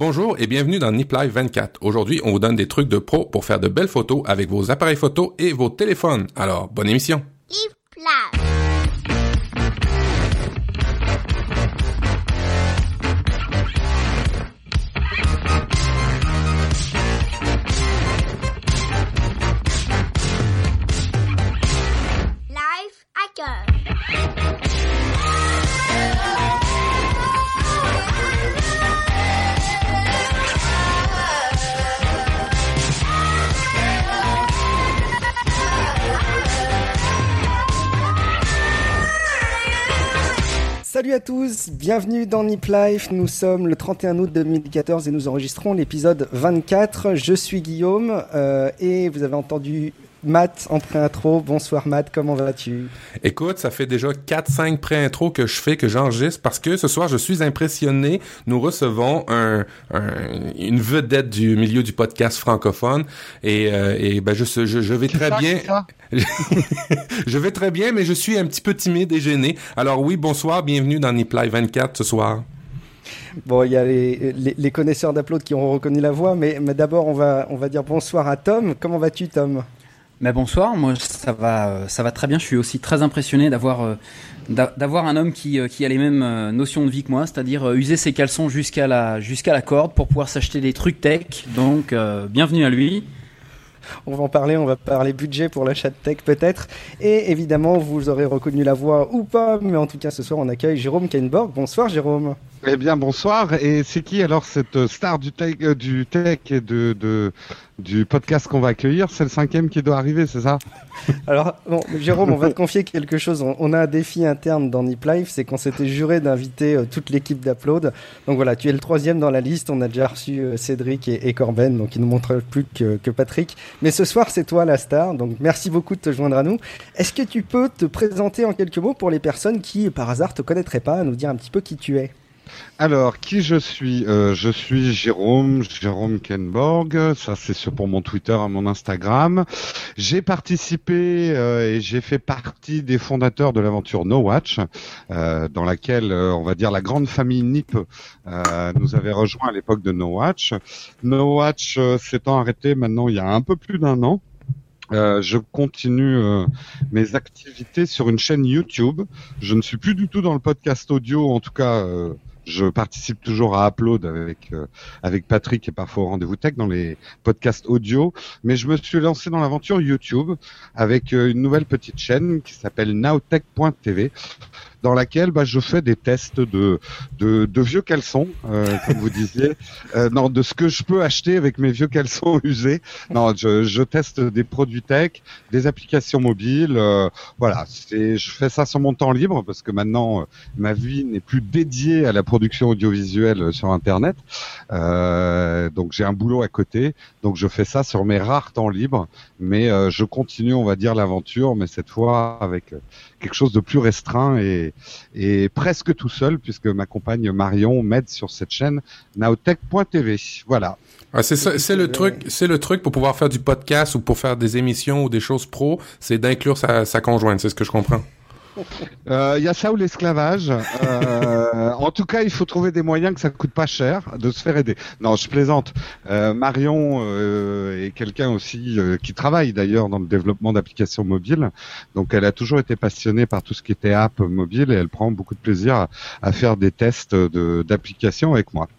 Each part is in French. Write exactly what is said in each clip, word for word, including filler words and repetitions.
Bonjour et bienvenue dans NipLive vingt-quatre. Aujourd'hui, on vous donne des trucs de pro pour faire de belles photos avec vos appareils photo et vos téléphones. Alors, bonne émission. NipLive. Live Hacker. Salut à tous, bienvenue dans NipLive. Nous sommes le trente et un août deux mille quatorze et nous enregistrons l'épisode vingt-quatre. Je suis Guillaume euh, et vous avez entendu Matt en pré-intro. Bonsoir Matt, comment vas-tu? Écoute, ça fait déjà quatre cinq pré-intros que je fais, que j'enregistre, parce que ce soir, je suis impressionné. Nous recevons un, un une vedette du milieu du podcast francophone et, euh, et ben je, je, je vais très ça, bien. Ça. Je vais très bien, mais je suis un petit peu timide et gêné. Alors oui, bonsoir, bienvenue dans NipLive vingt-quatre ce soir. Bon, il y a les, les, les connaisseurs d'Upload qui ont reconnu la voix, mais, mais d'abord, on va, on va dire bonsoir à Tom. Comment vas-tu, Tom? Mais bonsoir, moi ça va, ça va très bien. Je suis aussi très impressionné d'avoir, d'avoir un homme qui, qui a les mêmes notions de vie que moi, c'est-à-dire user ses caleçons jusqu'à la, jusqu'à la corde pour pouvoir s'acheter des trucs tech. Donc, euh, bienvenue à lui. On va en parler, on va parler budget pour l'achat de tech peut-être. Et évidemment, vous aurez reconnu la voix ou pas, mais en tout cas ce soir on accueille Jérôme Kainborg. Bonsoir Jérôme. Eh bien bonsoir, et c'est qui alors cette star du tech, euh, du tech et de, de, du podcast qu'on va accueillir? C'est le cinquième qui doit arriver, c'est ça? Alors bon, Jérôme, on va te confier quelque chose. On, on a un défi interne dans NipLive, c'est qu'on s'était juré d'inviter euh, toute l'équipe d'Upload. Donc voilà, tu es le troisième dans la liste. On a déjà reçu euh, Cédric et, et Corben, donc il ne montre plus que, que Patrick. Mais ce soir, c'est toi la star, donc merci beaucoup de te joindre à nous. Est-ce que tu peux te présenter en quelques mots pour les personnes qui, par hasard, te connaîtraient pas, nous dire un petit peu qui tu es? Alors, qui je suis euh, Je suis Jérôme, Jérôme Kainborg, ça c'est sur pour mon Twitter et mon Instagram. J'ai participé euh, et j'ai fait partie des fondateurs de l'aventure No Watch, euh, dans laquelle, euh, on va dire, la grande famille Nip euh, nous avait rejoint à l'époque de No Watch. No Watch euh, s'étant arrêté maintenant il y a un peu plus d'un an. Euh, je continue euh, mes activités sur une chaîne YouTube. Je ne suis plus du tout dans le podcast audio, en tout cas, euh, je participe toujours à Upload avec euh, avec Patrick et parfois au Rendez-vous Tech dans les podcasts audio. Mais je me suis lancé dans l'aventure YouTube avec euh, une nouvelle petite chaîne qui s'appelle nowtech point t v. Dans laquelle bah, je fais des tests de de, de vieux caleçons, euh, comme vous disiez, euh, non, de ce que je peux acheter avec mes vieux caleçons usés. Non, je, je teste des produits tech, des applications mobiles. Euh, voilà, c'est, je fais ça sur mon temps libre parce que maintenant euh, ma vie n'est plus dédiée à la production audiovisuelle sur Internet. Euh, donc j'ai un boulot à côté, donc je fais ça sur mes rares temps libres. Mais euh, je continue, on va dire, l'aventure, mais cette fois avec euh, quelque chose de plus restreint et et presque tout seul puisque ma compagne Marion m'aide sur cette chaîne nowtech point t v. Voilà. Ah, c'est ça, c'est le truc, c'est le truc pour pouvoir faire du podcast ou pour faire des émissions ou des choses pro, c'est d'inclure sa, sa conjointe, c'est ce que je comprends. Il euh, y a ça ou l'esclavage. Euh, en tout cas, il faut trouver des moyens que ça coûte pas cher de se faire aider. Non, je plaisante. Euh, Marion euh, est quelqu'un aussi euh, qui travaille d'ailleurs dans le développement d'applications mobiles. Donc, elle a toujours été passionnée par tout ce qui était app mobile et elle prend beaucoup de plaisir à, à faire des tests de, d'applications avec moi.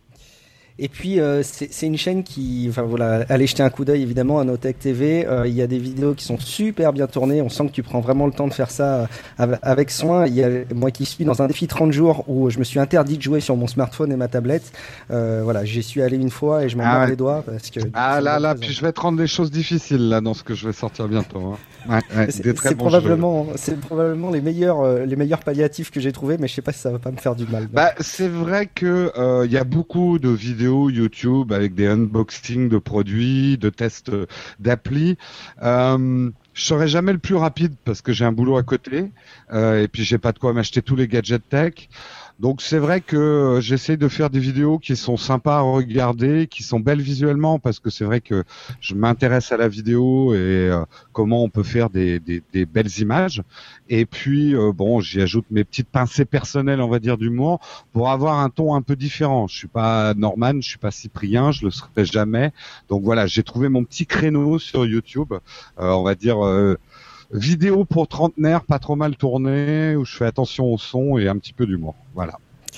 Et puis euh, c'est, c'est une chaîne qui, enfin voilà, allez jeter un coup d'œil évidemment à NoTech T V. Euh, il y a des vidéos qui sont super bien tournées. On sent que tu prends vraiment le temps de faire ça euh, avec soin. Il y a moi qui suis dans un défi trente jours où je me suis interdit de jouer sur mon smartphone et ma tablette. Euh, voilà, j'y suis allé une fois et je m'en ah mords ouais. les doigts parce que. Ah là là, puis je vais te rendre les choses difficiles là dans ce que je vais sortir bientôt. Hein. Ouais, ouais, c'est, des très c'est bons probablement, jeux. c'est probablement les meilleurs, euh, les meilleurs palliatifs que j'ai trouvés, mais je sais pas si ça va pas me faire du mal. Bah, c'est vrai que il euh, y a beaucoup de vidéos YouTube avec des unboxings de produits, de tests d'appli. Euh, je serai jamais le plus rapide parce que j'ai un boulot à côté euh, et puis j'ai pas de quoi m'acheter tous les gadgets tech. Donc c'est vrai que j'essaie de faire des vidéos qui sont sympas à regarder, qui sont belles visuellement, parce que c'est vrai que je m'intéresse à la vidéo et euh, comment on peut faire des, des, des belles images. Et puis euh, bon, j'y ajoute mes petites pincées personnelles, on va dire, d'humour, pour avoir un ton un peu différent. Je suis pas Norman, je suis pas Cyprien, je le serai jamais. Donc voilà, j'ai trouvé mon petit créneau sur YouTube, euh, on va dire euh, vidéo pour trentenaires, pas trop mal tournée, où je fais attention au son et un petit peu d'humour. Voilà.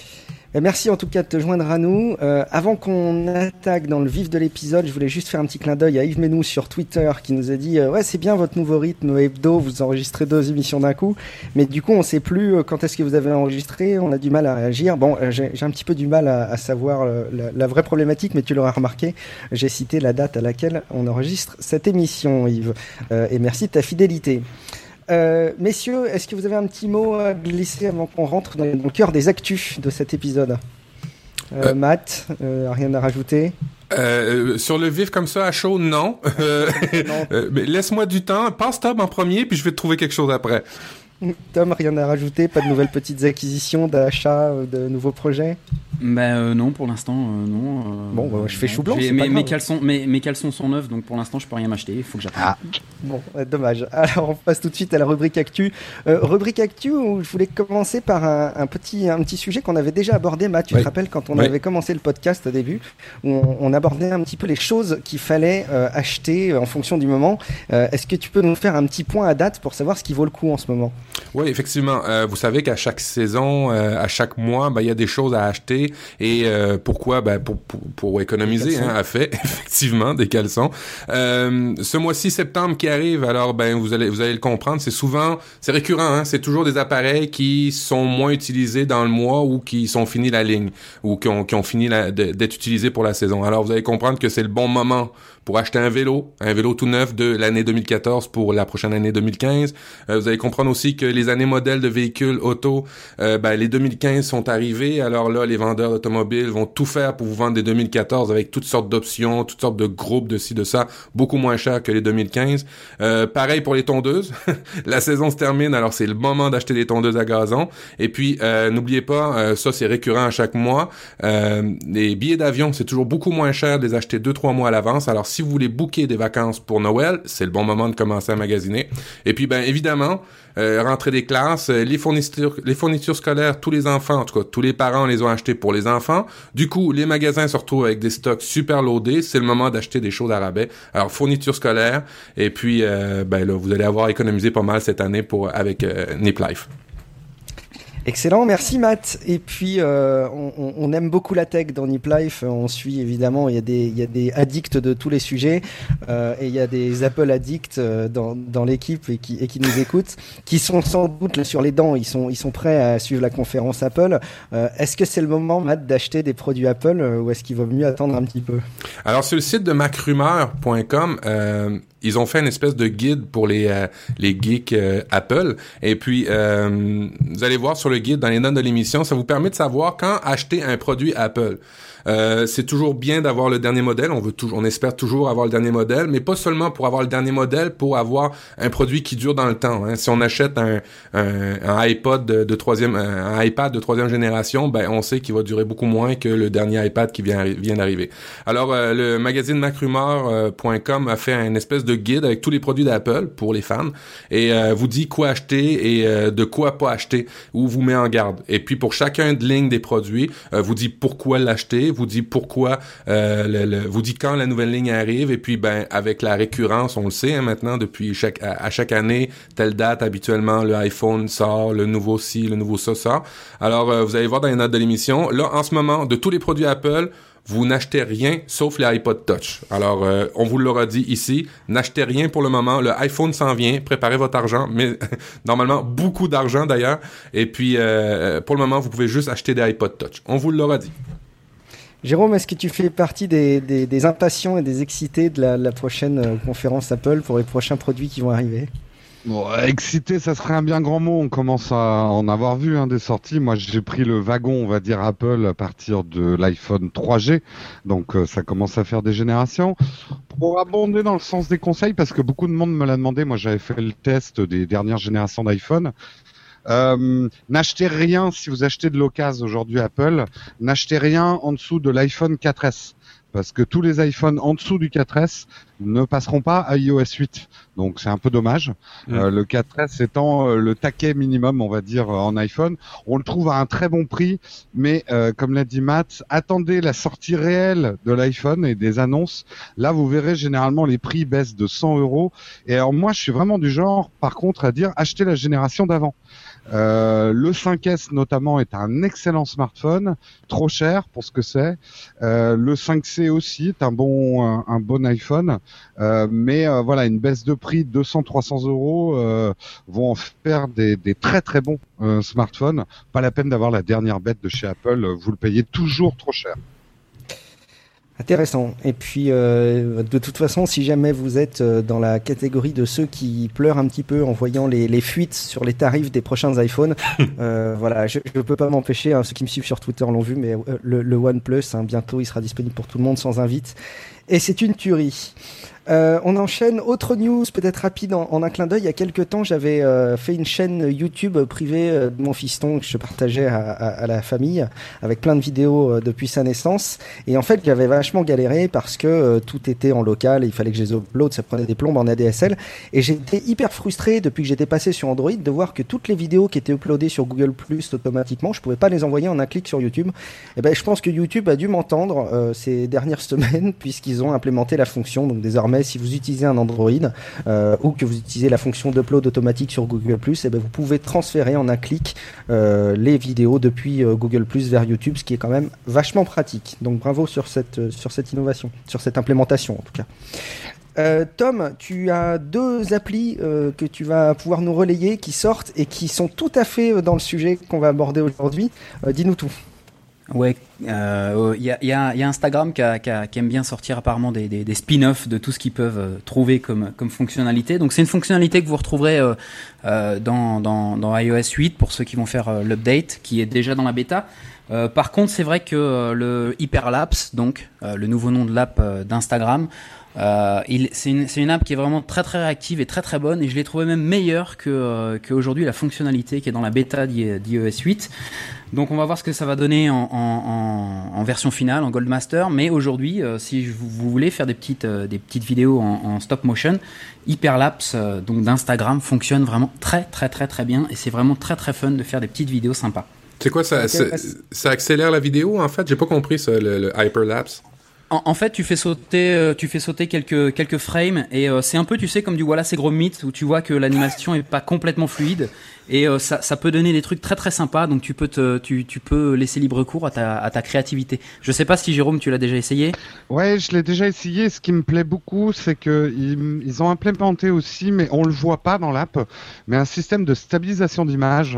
Merci en tout cas de te joindre à nous. Euh, avant qu'on attaque dans le vif de l'épisode, je voulais juste faire un petit clin d'œil à Yves Menou sur Twitter qui nous a dit euh, ouais, c'est bien votre nouveau rythme hebdo, vous enregistrez deux émissions d'un coup, mais du coup on sait plus euh, quand est-ce que vous avez enregistré, on a du mal à réagir. Bon, euh, j'ai, j'ai un petit peu du mal à, à savoir euh, la, la vraie problématique, mais tu l'auras remarqué, j'ai cité la date à laquelle on enregistre cette émission, Yves, euh, et merci de ta fidélité. Euh, messieurs, est-ce que vous avez un petit mot à glisser avant qu'on rentre dans le cœur des actus de cet épisode? euh, euh, Matt, euh, rien à rajouter? Euh, sur le vif comme ça, à chaud, non. Euh, non. euh, mais laisse-moi du temps. Passe Tom en premier, puis je vais te trouver quelque chose après. Tom, rien à rajouter? Pas de nouvelles petites acquisitions, d'achats, de nouveaux projets? Ben euh, non, pour l'instant, euh, non. Euh, bon, bah, je fais chou blanc. Mes, mes, caleçons, mes, mes caleçons sont neufs, donc pour l'instant, je peux rien m'acheter. Il faut que j'attende. Ah. Bon, euh, dommage. Alors, on passe tout de suite à la rubrique Actu. Euh, rubrique Actu où je voulais commencer par un, un, petit, un petit sujet qu'on avait déjà abordé, Matt. Tu oui. te rappelles quand on oui. avait commencé le podcast au début, où on, on abordait un petit peu les choses qu'il fallait euh, acheter en fonction du moment. Euh, est-ce que tu peux nous faire un petit point à date pour savoir ce qui vaut le coup en ce moment? Oui, effectivement. Euh, vous savez qu'à chaque saison, euh, à chaque mois, ben, il y a des choses à acheter. Et euh, pourquoi? Ben, pour, pour, pour économiser, hein, à fait, effectivement, des caleçons. Euh, ce mois-ci, septembre qui arrive, alors ben vous allez vous allez le comprendre, c'est souvent, c'est récurrent, hein, c'est toujours des appareils qui sont moins utilisés dans le mois ou qui sont finis la ligne ou qui ont, qui ont fini la, de, d'être utilisés pour la saison. Alors vous allez comprendre que c'est le bon moment pour acheter un vélo, un vélo tout neuf de l'année deux mille quatorze pour la prochaine année deux mille quinze. Euh, vous allez comprendre aussi que les années modèles de véhicules auto, euh, ben, les deux mille quinze sont arrivés. Alors là, les vendeurs d'automobiles vont tout faire pour vous vendre des deux mille quatorze avec toutes sortes d'options, toutes sortes de groupes de ci, de ça, beaucoup moins cher que les deux mille quinze. Euh, pareil pour les tondeuses. La saison se termine, alors c'est le moment d'acheter des tondeuses à gazon. Et puis, euh, n'oubliez pas, euh, ça c'est récurrent à chaque mois, euh, les billets d'avion, c'est toujours beaucoup moins cher de les acheter deux, trois mois à l'avance. Alors, si vous voulez booker des vacances pour Noël, c'est le bon moment de commencer à magasiner. Et puis, ben évidemment, euh, rentrée des classes, euh, les fournitures, les fournitures scolaires, tous les enfants, en tout cas, tous les parents les ont achetées pour les enfants. Du coup, les magasins se retrouvent avec des stocks super loadés. C'est le moment d'acheter des choses à rabais. Alors, fournitures scolaires. Et puis, euh, ben là, vous allez avoir économisé pas mal cette année pour avec euh, Nip Life. Excellent, merci Matt. Et puis euh, on, on aime beaucoup la tech dans Nip Life. On suit évidemment, il y a des il y a des addicts de tous les sujets euh, et il y a des Apple addicts dans dans l'équipe et qui et qui nous écoutent, qui sont sans doute là sur les dents. Ils sont ils sont prêts à suivre la conférence Apple. Euh, est-ce que c'est le moment, Matt, d'acheter des produits Apple ou est-ce qu'il vaut mieux attendre un petit peu? Alors sur le site de mac rumeur point com, euh, ils ont fait une espèce de guide pour les euh, les geeks euh, Apple. Et puis euh, vous allez voir sur le guide dans les notes de l'émission, ça vous permet de savoir quand acheter un produit Apple. Euh, c'est toujours bien d'avoir le dernier modèle. On veut toujours, on espère toujours avoir le dernier modèle, mais pas seulement pour avoir le dernier modèle, pour avoir un produit qui dure dans le temps. Hein. Si on achète un, un, un iPod de, de troisième, un iPad de troisième génération, ben on sait qu'il va durer beaucoup moins que le dernier iPad qui vient, vient d'arriver. Alors euh, le magazine mac rumeur point com a fait une espèce de guide avec tous les produits d'Apple pour les fans et euh, vous dit quoi acheter et euh, de quoi pas acheter, ou vous met en garde. Et puis pour chacun de ligne des produits, euh, vous dit pourquoi l'acheter, vous dit pourquoi, euh, le, le, vous dit quand la nouvelle ligne arrive, et puis ben avec la récurrence, on le sait hein, maintenant depuis chaque à, à chaque année, telle date habituellement le iPhone sort, le nouveau ci, le nouveau ça sort. Alors euh, vous allez voir dans les notes de l'émission, là en ce moment de tous les produits Apple, vous n'achetez rien sauf les iPod Touch. Alors, euh, on vous l'aura dit ici, n'achetez rien pour le moment. Le iPhone s'en vient, préparez votre argent, mais normalement, beaucoup d'argent d'ailleurs. Et puis, euh, pour le moment, vous pouvez juste acheter des iPod Touch. On vous l'aura dit. Jérôme, est-ce que tu fais partie des, des, des impatients et des excités de la, la prochaine conférence Apple pour les prochains produits qui vont arriver? Bon, excité, ça serait un bien grand mot. On commence à en avoir vu hein, des sorties. Moi, j'ai pris le wagon, on va dire, Apple à partir de l'iPhone trois G. Donc, euh, ça commence à faire des générations. Pour abonder dans le sens des conseils, parce que beaucoup de monde me l'a demandé. Moi, j'avais fait le test des dernières générations d'iPhone. Euh, n'achetez rien si vous achetez de l'occasion aujourd'hui Apple, n'achetez rien en dessous de l'iPhone quatre S. Parce que tous les iPhones en dessous du quatre S ne passeront pas à i O S huit. Donc c'est un peu dommage. Mmh. Euh, le quatre S étant euh, le taquet minimum, on va dire, euh, en iPhone. On le trouve à un très bon prix, mais euh, comme l'a dit Matt, attendez la sortie réelle de l'iPhone et des annonces. Là, vous verrez généralement les prix baissent de cent euros. Et alors moi, je suis vraiment du genre, par contre, à dire achetez la génération d'avant. Euh, le cinq S notamment est un excellent smartphone, trop cher pour ce que c'est. Euh, le cinq C aussi est un bon un, un bon iPhone, euh, mais euh, voilà, une baisse de prix de deux cents à trois cents euros euh, vont en faire des, des très très bons euh, smartphones. Pas la peine d'avoir la dernière bête de chez Apple, vous le payez toujours trop cher. Intéressant. Et puis, euh, de toute façon, si jamais vous êtes dans la catégorie de ceux qui pleurent un petit peu en voyant les, les fuites sur les tarifs des prochains iPhones, euh, voilà, je ne peux pas m'empêcher, hein, ceux qui me suivent sur Twitter l'ont vu, mais euh, le, le OnePlus, hein, bientôt, il sera disponible pour tout le monde sans invite. Et c'est une tuerie. Euh, on enchaîne. Autre news, peut-être rapide en, en un clin d'œil. Il y a quelques temps, j'avais euh, fait une chaîne YouTube privée euh, de mon fiston que je partageais à, à, à la famille, avec plein de vidéos euh, depuis sa naissance. Et en fait, j'avais vachement galéré parce que euh, tout était en local. Il fallait que je les upload, ça prenait des plombes en A D S L. Et j'étais hyper frustré depuis que j'étais passé sur Android de voir que toutes les vidéos qui étaient uploadées sur Google Plus automatiquement, je pouvais pas les envoyer en un clic sur YouTube. Et ben, je pense que YouTube a dû m'entendre euh, ces dernières semaines puisqu'ils ont implémenté la fonction. Donc désormais, si vous utilisez un Android euh, ou que vous utilisez la fonction d'upload automatique sur Google Plus, eh ben vous pouvez transférer en un clic euh, les vidéos depuis euh, Google Plus vers YouTube, ce qui est quand même vachement pratique. Donc bravo sur cette euh, sur cette innovation, sur cette implémentation en tout cas. Euh, Tom, tu as deux applis euh, que tu vas pouvoir nous relayer qui sortent et qui sont tout à fait dans le sujet qu'on va aborder aujourd'hui. Euh, dis-nous tout. Ouais, il euh, y, a, y, a, y a Instagram qui, a, qui, a, qui aime bien sortir apparemment des, des, des spin-offs de tout ce qu'ils peuvent euh, trouver comme, comme fonctionnalité. Donc c'est une fonctionnalité que vous retrouverez euh, euh, dans, dans, dans i O S huit pour ceux qui vont faire euh, l'update, qui est déjà dans la bêta. Euh, par contre, c'est vrai que euh, le Hyperlapse, donc euh, le nouveau nom de l'app euh, d'Instagram, Euh, il, c'est, une, c'est une app qui est vraiment très très réactive et très très bonne, et je l'ai trouvé même meilleure que euh, qu'aujourd'hui la fonctionnalité qui est dans la bêta d'i O S huit. Donc on va voir ce que ça va donner en, en, en, en version finale, en Gold Master. Mais aujourd'hui, euh, si vous, vous voulez faire des petites euh, des petites vidéos en, en stop motion, Hyperlapse euh, donc d'Instagram fonctionne vraiment très très très très bien, et c'est vraiment très très fun de faire des petites vidéos sympas. C'est quoi ça, ça, ça accélère la vidéo en fait? J'ai pas compris ça, le, le Hyperlapse. En, en fait, tu fais sauter, euh, tu fais sauter quelques quelques frames, et euh, c'est un peu, tu sais, comme du Wallace et Gromit, où tu vois que l'animation est pas complètement fluide, et euh, ça ça peut donner des trucs très très sympas. Donc tu peux te tu tu peux laisser libre cours à ta à ta créativité. Je sais pas si Jérôme, tu l'as déjà essayé. Ouais, je l'ai déjà essayé. Ce qui me plaît beaucoup, c'est que ils, ils ont implémenté aussi, mais on le voit pas dans l'app, mais un système de stabilisation d'image.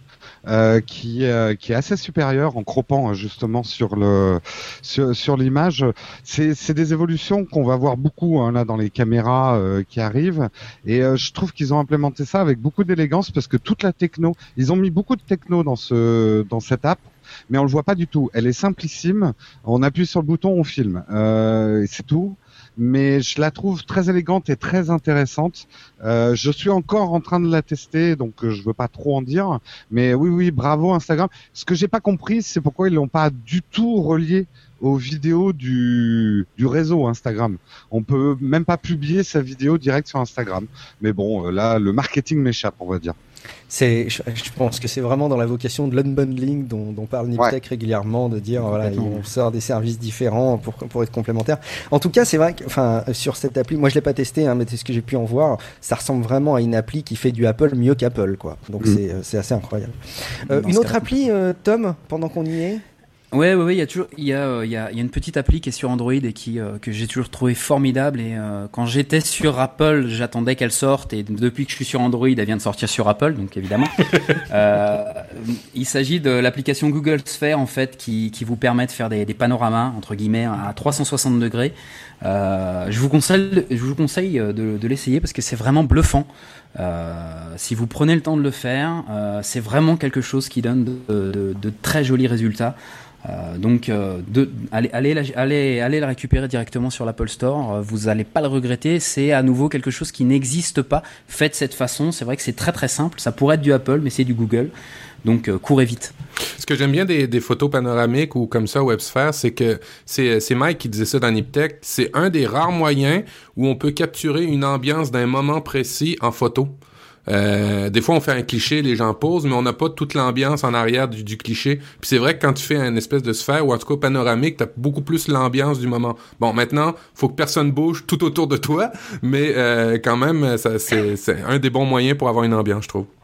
Euh, qui, euh, qui est assez supérieur en croppant justement sur le sur, sur l'image. C'est, c'est des évolutions qu'on va voir beaucoup hein, là dans les caméras euh, qui arrivent, et euh, je trouve qu'ils ont implémenté ça avec beaucoup d'élégance, parce que toute la techno, ils ont mis beaucoup de techno dans ce dans cette app, mais on le voit pas du tout. Elle est simplissime. On appuie sur le bouton, on filme, euh, et c'est tout. Mais je la trouve très élégante et très intéressante. Euh, je suis encore en train de la tester, donc euh, je veux pas trop en dire. Mais oui, oui, bravo Instagram. Ce que j'ai pas compris, c'est pourquoi ils l'ont pas du tout relié aux vidéos du, du réseau Instagram. On peut même pas publier sa vidéo direct sur Instagram. Mais bon, là, le marketing m'échappe, on va dire. C'est, je, je pense que c'est vraiment dans la vocation de l'unbundling dont, dont parle Niptech ouais. régulièrement, de dire voilà, on sort des services différents pour pour être complémentaires. En tout cas, c'est vrai que, enfin, sur cette appli, moi je l'ai pas testé, hein, mais c'est ce que j'ai pu en voir. Ça ressemble vraiment à une appli qui fait du Apple mieux qu'Apple, quoi. Donc mmh. c'est c'est assez incroyable. Euh, une autre appli, euh, Tom, pendant qu'on y est. Ouais, ouais, ouais, il y a toujours, il y a, il y a, il y a une petite appli qui est sur Android et qui, euh, que j'ai toujours trouvé formidable. Et euh, quand j'étais sur Apple, j'attendais qu'elle sorte, et depuis que je suis sur Android, elle vient de sortir sur Apple, donc évidemment. euh, il s'agit de l'application Google Sphere en fait, qui, qui vous permet de faire des, des panoramas entre guillemets à trois cent soixante degrés. Euh, je vous conseille, je vous conseille de, de l'essayer parce que c'est vraiment bluffant. Euh, si vous prenez le temps de le faire, euh, c'est vraiment quelque chose qui donne de, de, de très jolis résultats. Euh, donc, euh, de, allez, allez, la, allez, allez la récupérer directement sur l'Apple Store. Euh, vous n'allez pas le regretter. C'est à nouveau quelque chose qui n'existe pas fait de cette façon. C'est vrai que c'est très très simple. Ça pourrait être du Apple, mais c'est du Google. Donc, euh, courez vite. Ce que j'aime bien des, des photos panoramiques ou comme ça, WebSphere, c'est que c'est, c'est Mike qui disait ça dans Niptech. C'est un des rares moyens où on peut capturer une ambiance d'un moment précis en photo. Euh, des fois, on fait un cliché, les gens posent, mais on n'a pas toute l'ambiance en arrière du, du cliché. Puis c'est vrai que quand tu fais une espèce de sphère, ou en tout cas panoramique, t'as beaucoup plus l'ambiance du moment. Bon, maintenant, faut que personne bouge tout autour de toi, mais euh, quand même, ça, c'est, c'est un des bons moyens pour avoir une ambiance, je trouve.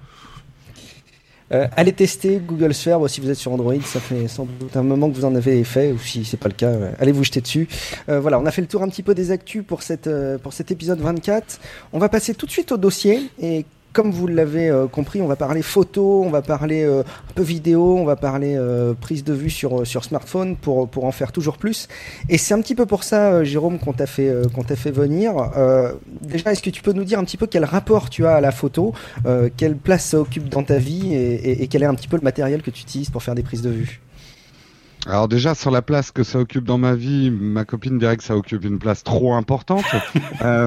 Euh, allez tester Google Sphere, bon, si vous êtes sur Android, ça fait sans doute un moment que vous en avez fait, ou si c'est pas le cas, euh, allez vous jeter dessus. Euh, voilà, on a fait le tour un petit peu des actus pour, cette, euh, pour cet épisode vingt-quatre. On va passer tout de suite au dossier, et comme vous l'avez euh, compris, on va parler photo, on va parler euh, un peu vidéo, on va parler euh, prise de vue sur sur smartphone pour pour en faire toujours plus. Et c'est un petit peu pour ça, euh, Jérôme, qu'on t'a fait euh, qu'on t'a fait venir. Euh, déjà, est-ce que tu peux nous dire un petit peu quel rapport tu as à la photo, euh, quelle place ça occupe dans ta vie, et, et, et quel est un petit peu le matériel que tu utilises pour faire des prises de vue? Alors déjà, sur la place que ça occupe dans ma vie, ma copine dirait que ça occupe une place trop importante. euh,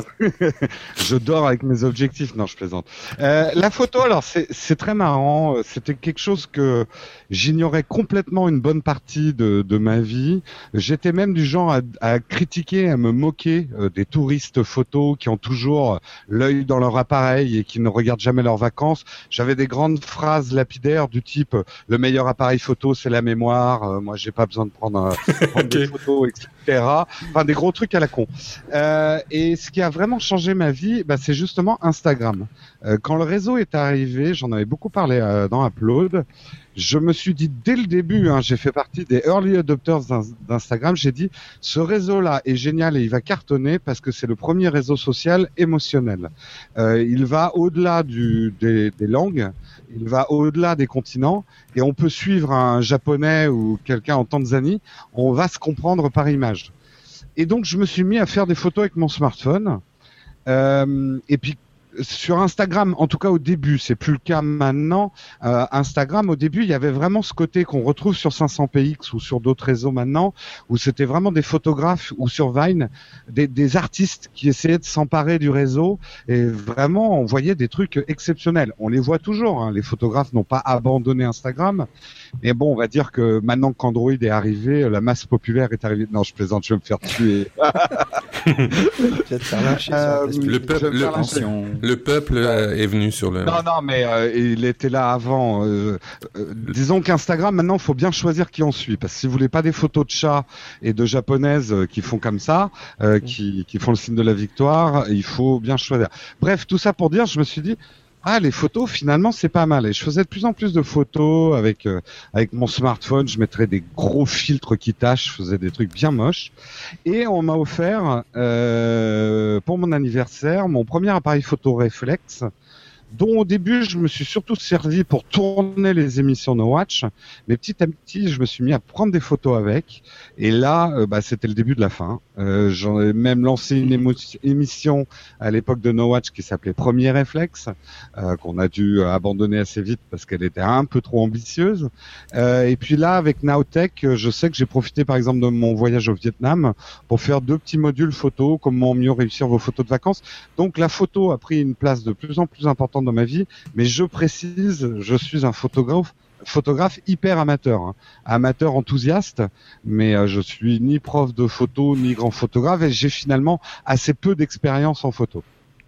je dors avec mes objectifs. Non, je plaisante. Euh, la photo, alors c'est, c'est très marrant. C'était quelque chose que j'ignorais complètement une bonne partie de, de ma vie. J'étais même du genre à, à critiquer, à me moquer euh, des touristes photos qui ont toujours l'œil dans leur appareil et qui ne regardent jamais leurs vacances. J'avais des grandes phrases lapidaires du type « le meilleur appareil photo, c'est la mémoire euh, ». Moi, j'ai pas besoin de prendre, euh, prendre okay. des photos, et cetera. Enfin, des gros trucs à la con. Euh, et ce qui a vraiment changé ma vie, bah, c'est justement Instagram. Euh, quand le réseau est arrivé, j'en avais beaucoup parlé euh, dans Upload, je me suis dit dès le début, hein, j'ai fait partie des early adopters d'Instagram, j'ai dit ce réseau-là est génial et il va cartonner parce que c'est le premier réseau social émotionnel. Euh, il va au-delà du, des, des langues, il va au-delà des continents et on peut suivre un japonais ou quelqu'un en Tanzanie, on va se comprendre par image. Et donc je me suis mis à faire des photos avec mon smartphone euh, et puis sur Instagram, en tout cas au début, c'est plus le cas maintenant. Euh, Instagram, au début, il y avait vraiment ce côté qu'on retrouve sur cinq cents p x ou sur d'autres réseaux maintenant, où c'était vraiment des photographes ou sur Vine, des, des artistes qui essayaient de s'emparer du réseau et vraiment on voyait des trucs exceptionnels. On les voit toujours, hein. Les photographes n'ont pas abandonné Instagram, mais bon, on va dire que maintenant qu'Android est arrivé, la masse populaire est arrivée. Non, je plaisante, je vais me faire tuer. Tu vas te faire lâcher euh, sur le peuple. Le... Le peuple euh, est venu sur le... Non, non, mais euh, il était là avant. Euh, euh, disons qu'Instagram, maintenant, il faut bien choisir qui on suit. Parce que si vous voulez pas des photos de chats et de japonaises euh, qui font comme ça, euh, qui, qui font le signe de la victoire, il faut bien choisir. Bref, tout ça pour dire, je me suis dit, ah, les photos, finalement, c'est pas mal. Et je faisais de plus en plus de photos avec euh, avec mon smartphone. Je mettrais des gros filtres qui tâchent. Je faisais des trucs bien moches. Et on m'a offert, euh, pour mon anniversaire, mon premier appareil photo réflexe, dont au début, je me suis surtout servi pour tourner les émissions No Watch. Mais petit à petit, je me suis mis à prendre des photos avec. Et là, euh, bah, c'était le début de la fin. Euh, j'en ai même lancé une émo- émission à l'époque de No Watch qui s'appelait Premier Réflexe, euh, qu'on a dû abandonner assez vite parce qu'elle était un peu trop ambitieuse. Euh, et puis là, avec Nowtech, je sais que j'ai profité par exemple de mon voyage au Vietnam pour faire deux petits modules photos, comment mieux réussir vos photos de vacances. Donc la photo a pris une place de plus en plus importante dans ma vie, mais je précise, je suis un photographe photographe hyper amateur, hein. Amateur enthousiaste, mais euh, je suis ni prof de photo ni grand photographe et j'ai finalement assez peu d'expérience en photo.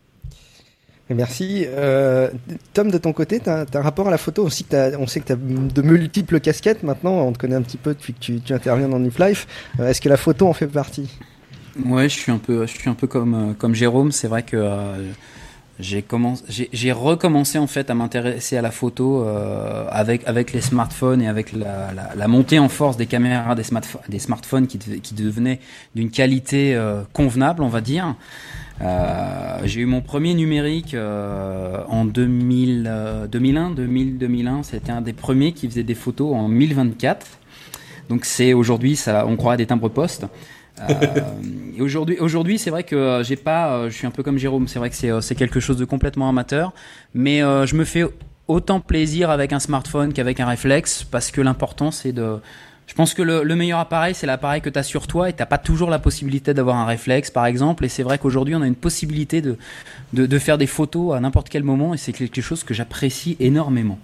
Merci. Euh, Tom, de ton côté, tu as un rapport à la photo aussi. Que t'as, on sait que tu as de multiples casquettes maintenant. On te connaît un petit peu depuis que tu, tu interviens dans Newslife. Euh, est-ce que la photo en fait partie? Ouais, je suis un peu, je suis un peu comme comme Jérôme. C'est vrai que euh, j'ai commencé, j'ai, j'ai recommencé en fait à m'intéresser à la photo euh, avec avec les smartphones et avec la, la, la montée en force des caméras des, smartphones, des smartphones qui, qui devenaient d'une qualité euh, convenable, on va dire. Euh, j'ai eu mon premier numérique euh, en deux mille, euh, deux mille un, deux mille, deux mille un. C'était un des premiers qui faisait des photos en mille vingt-quatre. Donc c'est aujourd'hui, ça, on croirait des timbres-poste. Euh, et aujourd'hui, aujourd'hui, c'est vrai que euh, j'ai pas, euh, je suis un peu comme Jérôme. C'est vrai que c'est, euh, c'est quelque chose de complètement amateur, mais euh, je me fais autant plaisir avec un smartphone qu'avec un réflexe, parce que l'important c'est de. Je pense que le, le meilleur appareil, c'est l'appareil que tu as sur toi, et tu n'as pas toujours la possibilité d'avoir un réflexe, par exemple. Et c'est vrai qu'aujourd'hui, on a une possibilité de, de, de faire des photos à n'importe quel moment, et c'est quelque chose que j'apprécie énormément.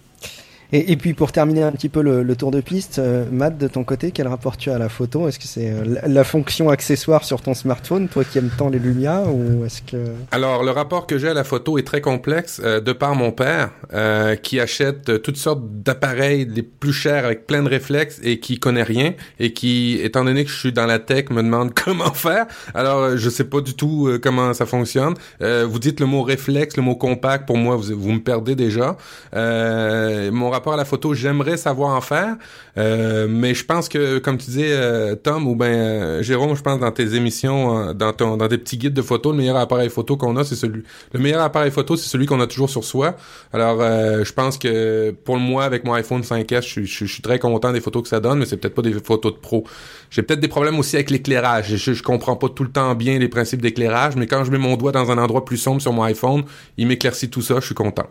Et, et puis pour terminer un petit peu le, le tour de piste, euh, Matt, de ton côté, quel rapport tu as à la photo ? Est-ce que c'est euh, la, la fonction accessoire sur ton smartphone, toi qui aimes tant les Lumia, ou est-ce que... Alors, le rapport que j'ai à la photo est très complexe, euh, de par mon père, euh, qui achète euh, toutes sortes d'appareils les plus chers avec plein de réflexes et qui connaît rien, et qui, étant donné que je suis dans la tech, me demande comment faire. Alors, euh, je sais pas du tout euh, comment ça fonctionne. Euh, vous dites le mot réflexe, le mot compact, pour moi, vous, vous me perdez déjà. Euh, mon rapport à la photo, j'aimerais savoir en faire, euh, mais je pense que, comme tu disais, euh, Tom, ou ben euh, Jérôme, je pense dans tes émissions, euh, dans ton, dans tes petits guides de photos, le meilleur appareil photo qu'on a, c'est celui, le meilleur appareil photo, c'est celui qu'on a toujours sur soi. Alors, euh, je pense que pour moi, avec mon iPhone cinq S, je, je, je suis très content des photos que ça donne, mais c'est peut-être pas des photos de pro. J'ai peut-être des problèmes aussi avec l'éclairage. Je, je comprends pas tout le temps bien les principes d'éclairage, mais quand je mets mon doigt dans un endroit plus sombre sur mon iPhone, il m'éclaircit tout ça, je suis content.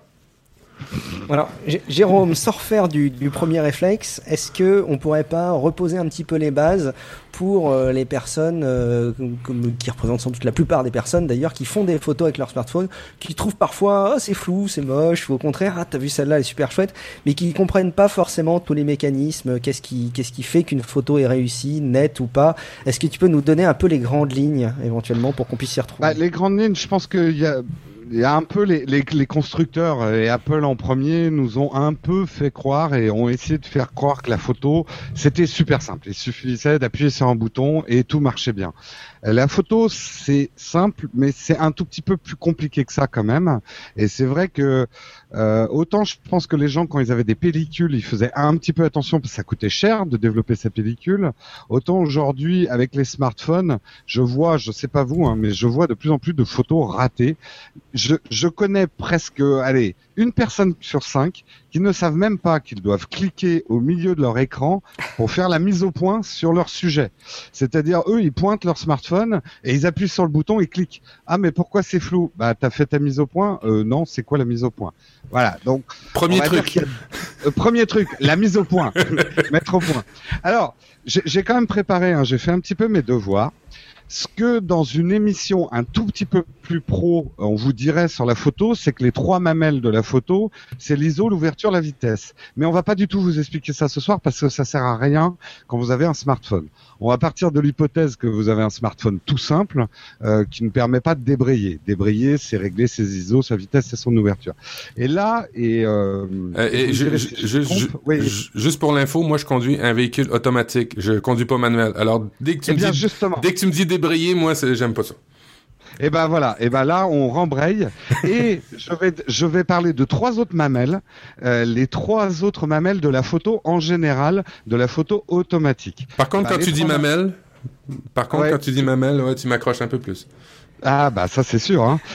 Alors, J- Jérôme, sans refaire du, du premier réflexe, est-ce que on pourrait pas reposer un petit peu les bases pour euh, les personnes euh, comme, qui représentent sans doute la plupart des personnes d'ailleurs, qui font des photos avec leur smartphone, qui trouvent parfois oh, c'est flou, c'est moche, ou au contraire ah t'as vu celle-là, elle est super chouette, mais qui comprennent pas forcément tous les mécanismes, qu'est-ce qui qu'est-ce qui fait qu'une photo est réussie, nette ou pas. Est-ce que tu peux nous donner un peu les grandes lignes éventuellement pour qu'on puisse s'y retrouver? Bah, les grandes lignes, je pense qu'il y a Il y a un peu les, les, les constructeurs, et Apple en premier, nous ont un peu fait croire et ont essayé de faire croire que la photo, c'était super simple. Il suffisait d'appuyer sur un bouton et tout marchait bien. La photo, c'est simple, mais c'est un tout petit peu plus compliqué que ça quand même. Et c'est vrai que euh, autant je pense que les gens, quand ils avaient des pellicules, ils faisaient un petit peu attention parce que ça coûtait cher de développer sa pellicule. Autant aujourd'hui, avec les smartphones, je vois, je sais pas vous, hein, mais je vois de plus en plus de photos ratées. Je, je connais presque, allez, une personne sur cinq qui ne savent même pas qu'ils doivent cliquer au milieu de leur écran pour faire la mise au point sur leur sujet. C'est-à-dire, eux, ils pointent leur smartphone et ils appuient sur le bouton et cliquent. Ah, mais pourquoi c'est flou? Bah, t'as fait ta mise au point? Euh, non, c'est quoi la mise au point? Voilà, donc... Premier truc. A... Euh, premier truc, la mise au point. Mettre au point. Alors, j'ai, j'ai quand même préparé, hein, j'ai fait un petit peu mes devoirs. Ce que dans une émission un tout petit peu plus pro, on vous dirait sur la photo, c'est que les trois mamelles de la photo, c'est l'I S O, l'ouverture, la vitesse. Mais on va pas du tout vous expliquer ça ce soir parce que ça sert à rien quand vous avez un smartphone. On va partir de l'hypothèse que vous avez un smartphone tout simple euh, qui ne permet pas de débrayer. Débrayer, c'est régler ses I S O, sa vitesse et son ouverture. Et là, et, euh, euh, et je, je, je, je, oui. je, juste pour l'info, moi je conduis un véhicule automatique. Je conduis pas manuel. Alors dès que tu eh me bien, dis, justement. dès que tu me dis débrayer, moi c'est, j'aime pas ça. Et ben voilà, et ben là on rembraye et je vais je vais parler de trois autres mamelles, euh, les trois autres mamelles de la photo en général, de la photo automatique. Par contre, bah, quand tu dis mamelles, par contre ouais, quand tu dis mamelles, ouais, tu m'accroches un peu plus. Ah bah ça c'est sûr. Hein.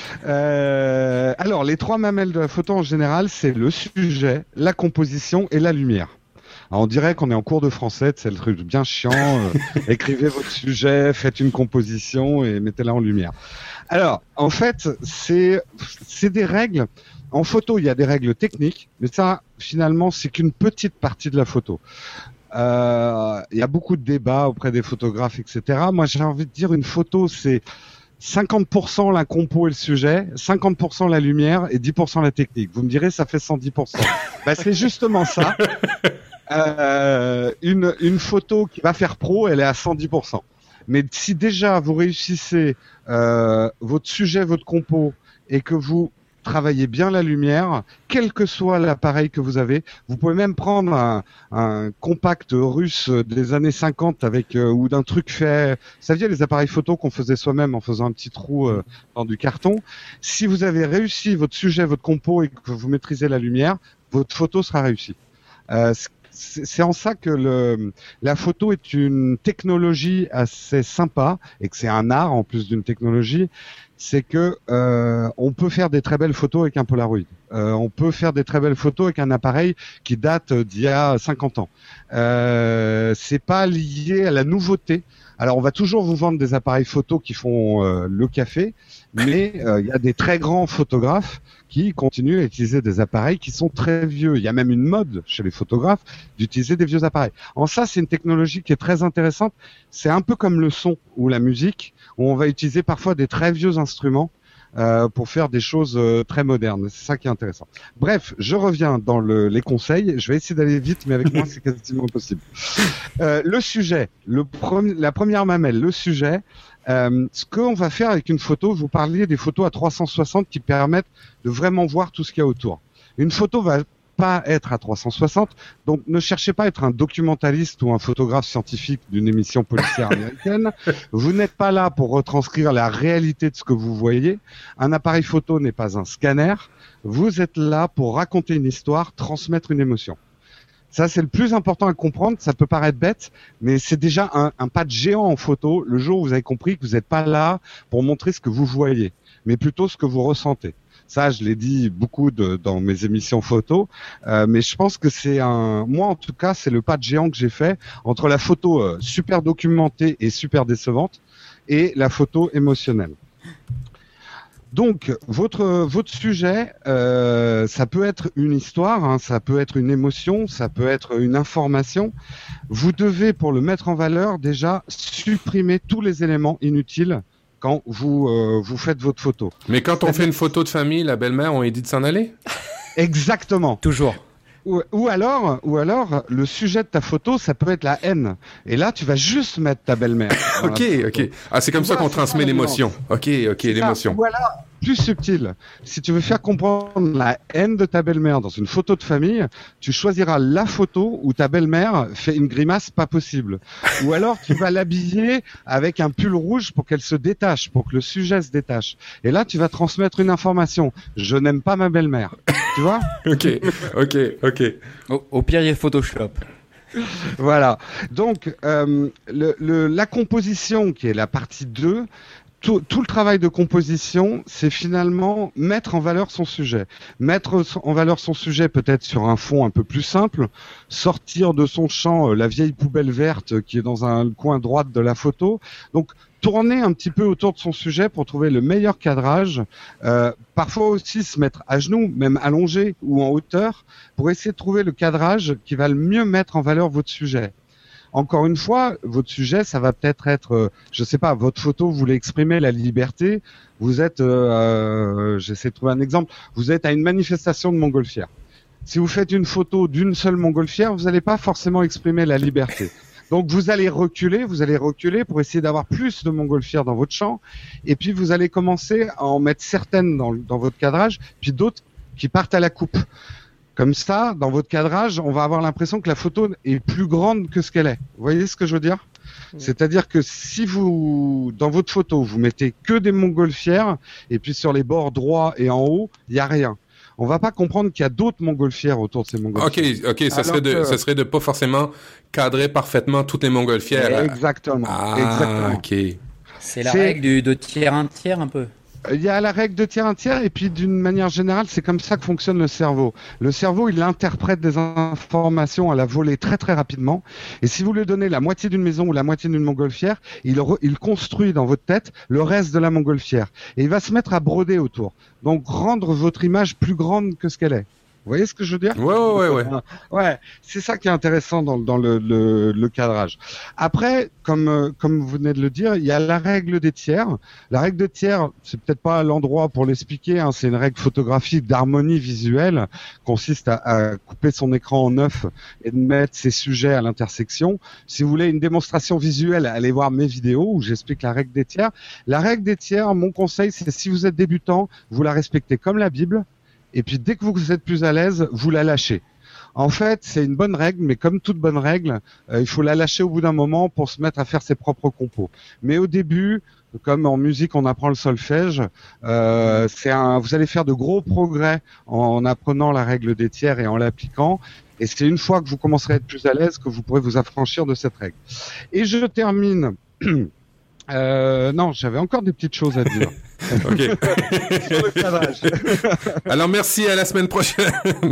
Euh, alors les trois mamelles de la photo en général, c'est le sujet, la composition et la lumière. Alors, on dirait qu'on est en cours de français, c'est le truc bien chiant. Euh, écrivez votre sujet, faites une composition et mettez-la en lumière. Alors, en fait, c'est c'est des règles. En photo, il y a des règles techniques, mais ça, finalement, c'est qu'une petite partie de la photo. Euh, il y a beaucoup de débats auprès des photographes, et cetera. Moi, j'ai envie de dire, une photo, c'est cinquante pour cent la compo et le sujet, cinquante pour cent la lumière et dix pour cent la technique. Vous me direz, ça fait cent dix pour cent. Bah, c'est justement ça. Euh, une, une photo qui va faire pro, elle est à cent dix pour cent. Mais si déjà vous réussissez euh, votre sujet, votre compo, et que vous travaillez bien la lumière, quel que soit l'appareil que vous avez, vous pouvez même prendre un, un compact russe des années cinquante avec euh, ou d'un truc fait, vous saviez les appareils photo qu'on faisait soi-même en faisant un petit trou euh, dans du carton. Si vous avez réussi votre sujet, votre compo et que vous maîtrisez la lumière, votre photo sera réussie. Euh, C'est en ça que le, la photo est une technologie assez sympa et que c'est un art en plus d'une technologie c'est que euh, on peut faire des très belles photos avec un Polaroid. Euh, on peut faire des très belles photos avec un appareil qui date d'il y a cinquante ans. Euh, c'est pas lié à la nouveauté. Alors, on va toujours vous vendre des appareils photo qui font euh, le café, mais il euh, y a des très grands photographes qui continuent à utiliser des appareils qui sont très vieux. Il y a même une mode chez les photographes d'utiliser des vieux appareils. En ça, c'est une technologie qui est très intéressante. C'est un peu comme le son ou la musique, où on va utiliser parfois des très vieux instruments euh, pour faire des choses euh, très modernes. C'est ça qui est intéressant. Bref, je reviens dans le, les conseils. Je vais essayer d'aller vite, mais avec moi, c'est quasiment impossible. Euh, le sujet, le premier, la première mamelle, le sujet. Euh, ce qu'on va faire avec une photo, vous parliez des photos à trois cent soixante qui permettent de vraiment voir tout ce qu'il y a autour. Une photo va pas être à trois cent soixante, donc ne cherchez pas à être un documentaliste ou un photographe scientifique d'une émission policière américaine. Vous n'êtes pas là pour retranscrire la réalité de ce que vous voyez. Un appareil photo n'est pas un scanner. Vous êtes là pour raconter une histoire, transmettre une émotion. Ça, c'est le plus important à comprendre. Ça peut paraître bête, mais c'est déjà un, un pas de géant en photo le jour où vous avez compris que vous n'êtes pas là pour montrer ce que vous voyez, mais plutôt ce que vous ressentez. Ça, je l'ai dit beaucoup de, dans mes émissions photo, euh, mais je pense que c'est un, moi en tout cas, c'est le pas de géant que j'ai fait entre la photo euh, super documentée et super décevante et la photo émotionnelle. Donc, votre votre sujet, euh, ça peut être une histoire, hein, ça peut être une émotion, ça peut être une information. Vous devez, pour le mettre en valeur, déjà supprimer tous les éléments inutiles quand vous euh, vous faites votre photo. Mais quand on fait une photo de famille, la belle-mère, on lui dit de s'en aller? Exactement. Toujours. Ou, ou alors, ou alors, le sujet de ta photo, ça peut être la haine. Et là, tu vas juste mettre ta belle-mère. Ok, ok. Ah, c'est comme Tu ça vois, qu'on c'est transmet ça, la l'émotion. Ok, ok, l'émotion. Ou alors, plus subtil, si tu veux faire comprendre la haine de ta belle-mère dans une photo de famille, tu choisiras la photo où ta belle-mère fait une grimace pas possible. Ou alors, tu vas l'habiller avec un pull rouge pour qu'elle se détache, pour que le sujet se détache. Et là, tu vas transmettre une information. Je n'aime pas ma belle-mère. Tu vois? Ok, ok, ok. Au, au pire, il y a Photoshop. Voilà. Donc, euh, le, le, la composition, qui est la partie deux, tout, tout le travail de composition, c'est finalement mettre en valeur son sujet. Mettre en valeur son sujet peut-être sur un fond un peu plus simple, sortir de son champ euh, la vieille poubelle verte qui est dans un coin droite de la photo. Donc, tourner un petit peu autour de son sujet pour trouver le meilleur cadrage. Euh, parfois aussi se mettre à genoux, même allongé ou en hauteur, pour essayer de trouver le cadrage qui va le mieux mettre en valeur votre sujet. Encore une fois, votre sujet, ça va peut-être être, euh, je sais pas, votre photo, vous voulez exprimer la liberté. Vous êtes, euh, euh, j'essaie de trouver un exemple. Vous êtes à une manifestation de montgolfières. Si vous faites une photo d'une seule montgolfière, vous n'allez pas forcément exprimer la liberté. Donc vous allez reculer, vous allez reculer pour essayer d'avoir plus de montgolfières dans votre champ, et puis vous allez commencer à en mettre certaines dans, dans votre cadrage, puis d'autres qui partent à la coupe. Comme ça, dans votre cadrage, on va avoir l'impression que la photo est plus grande que ce qu'elle est. Vous voyez ce que je veux dire ? Oui. C'est-à-dire que si vous, dans votre photo, vous mettez que des montgolfières, et puis sur les bords droits et en haut, il n'y a rien. On va pas comprendre qu'il y a d'autres montgolfières autour de ces montgolfières. Ok, ok, ça serait de, que... ça serait de pas forcément cadrer parfaitement toutes les montgolfières. Exactement. Ah, exactement. ok. C'est la c'est... règle du, de tiers un tiers un peu. Il y a la règle de tiers un tiers, et puis d'une manière générale, c'est comme ça que fonctionne le cerveau. Le cerveau, il interprète des informations à la volée très très rapidement, et si vous lui donnez la moitié d'une maison ou la moitié d'une montgolfière, il, re, il construit dans votre tête le reste de la montgolfière, et il va se mettre à broder autour. Donc rendre votre image plus grande que ce qu'elle est. Vous voyez ce que je veux dire ? Ouais, ouais, ouais. Ouais, c'est ça qui est intéressant dans, dans le, le, le cadrage. Après, comme, euh, comme vous venez de le dire, il y a la règle des tiers. La règle des tiers, c'est peut-être pas l'endroit pour l'expliquer, hein, c'est une règle photographique d'harmonie visuelle, consiste à, à couper son écran en neuf et de mettre ses sujets à l'intersection. Si vous voulez une démonstration visuelle, allez voir mes vidéos où j'explique la règle des tiers. La règle des tiers, mon conseil, c'est si vous êtes débutant, vous la respectez comme la Bible. Et puis dès que vous êtes plus à l'aise, vous la lâchez. En fait, c'est une bonne règle, mais comme toute bonne règle, euh, il faut la lâcher au bout d'un moment pour se mettre à faire ses propres compos. Mais au début, comme en musique on apprend le solfège, euh, c'est un, vous allez faire de gros progrès en apprenant la règle des tiers et en l'appliquant. Et c'est une fois que vous commencerez à être plus à l'aise que vous pourrez vous affranchir de cette règle. Et je termine... Euh, non, j'avais encore des petites choses à dire. Ok. Sur le cadrage. Alors merci, à la semaine prochaine.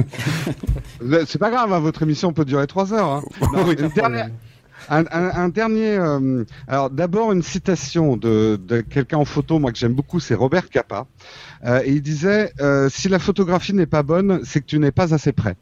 C'est pas grave, hein, votre émission peut durer trois heures. Hein. Non, Oui. une dernière, un, un, un dernier. Euh, alors d'abord une citation de, de quelqu'un en photo, moi que j'aime beaucoup, c'est Robert Capa. Euh, et il disait euh, si la photographie n'est pas bonne, c'est que tu n'es pas assez près.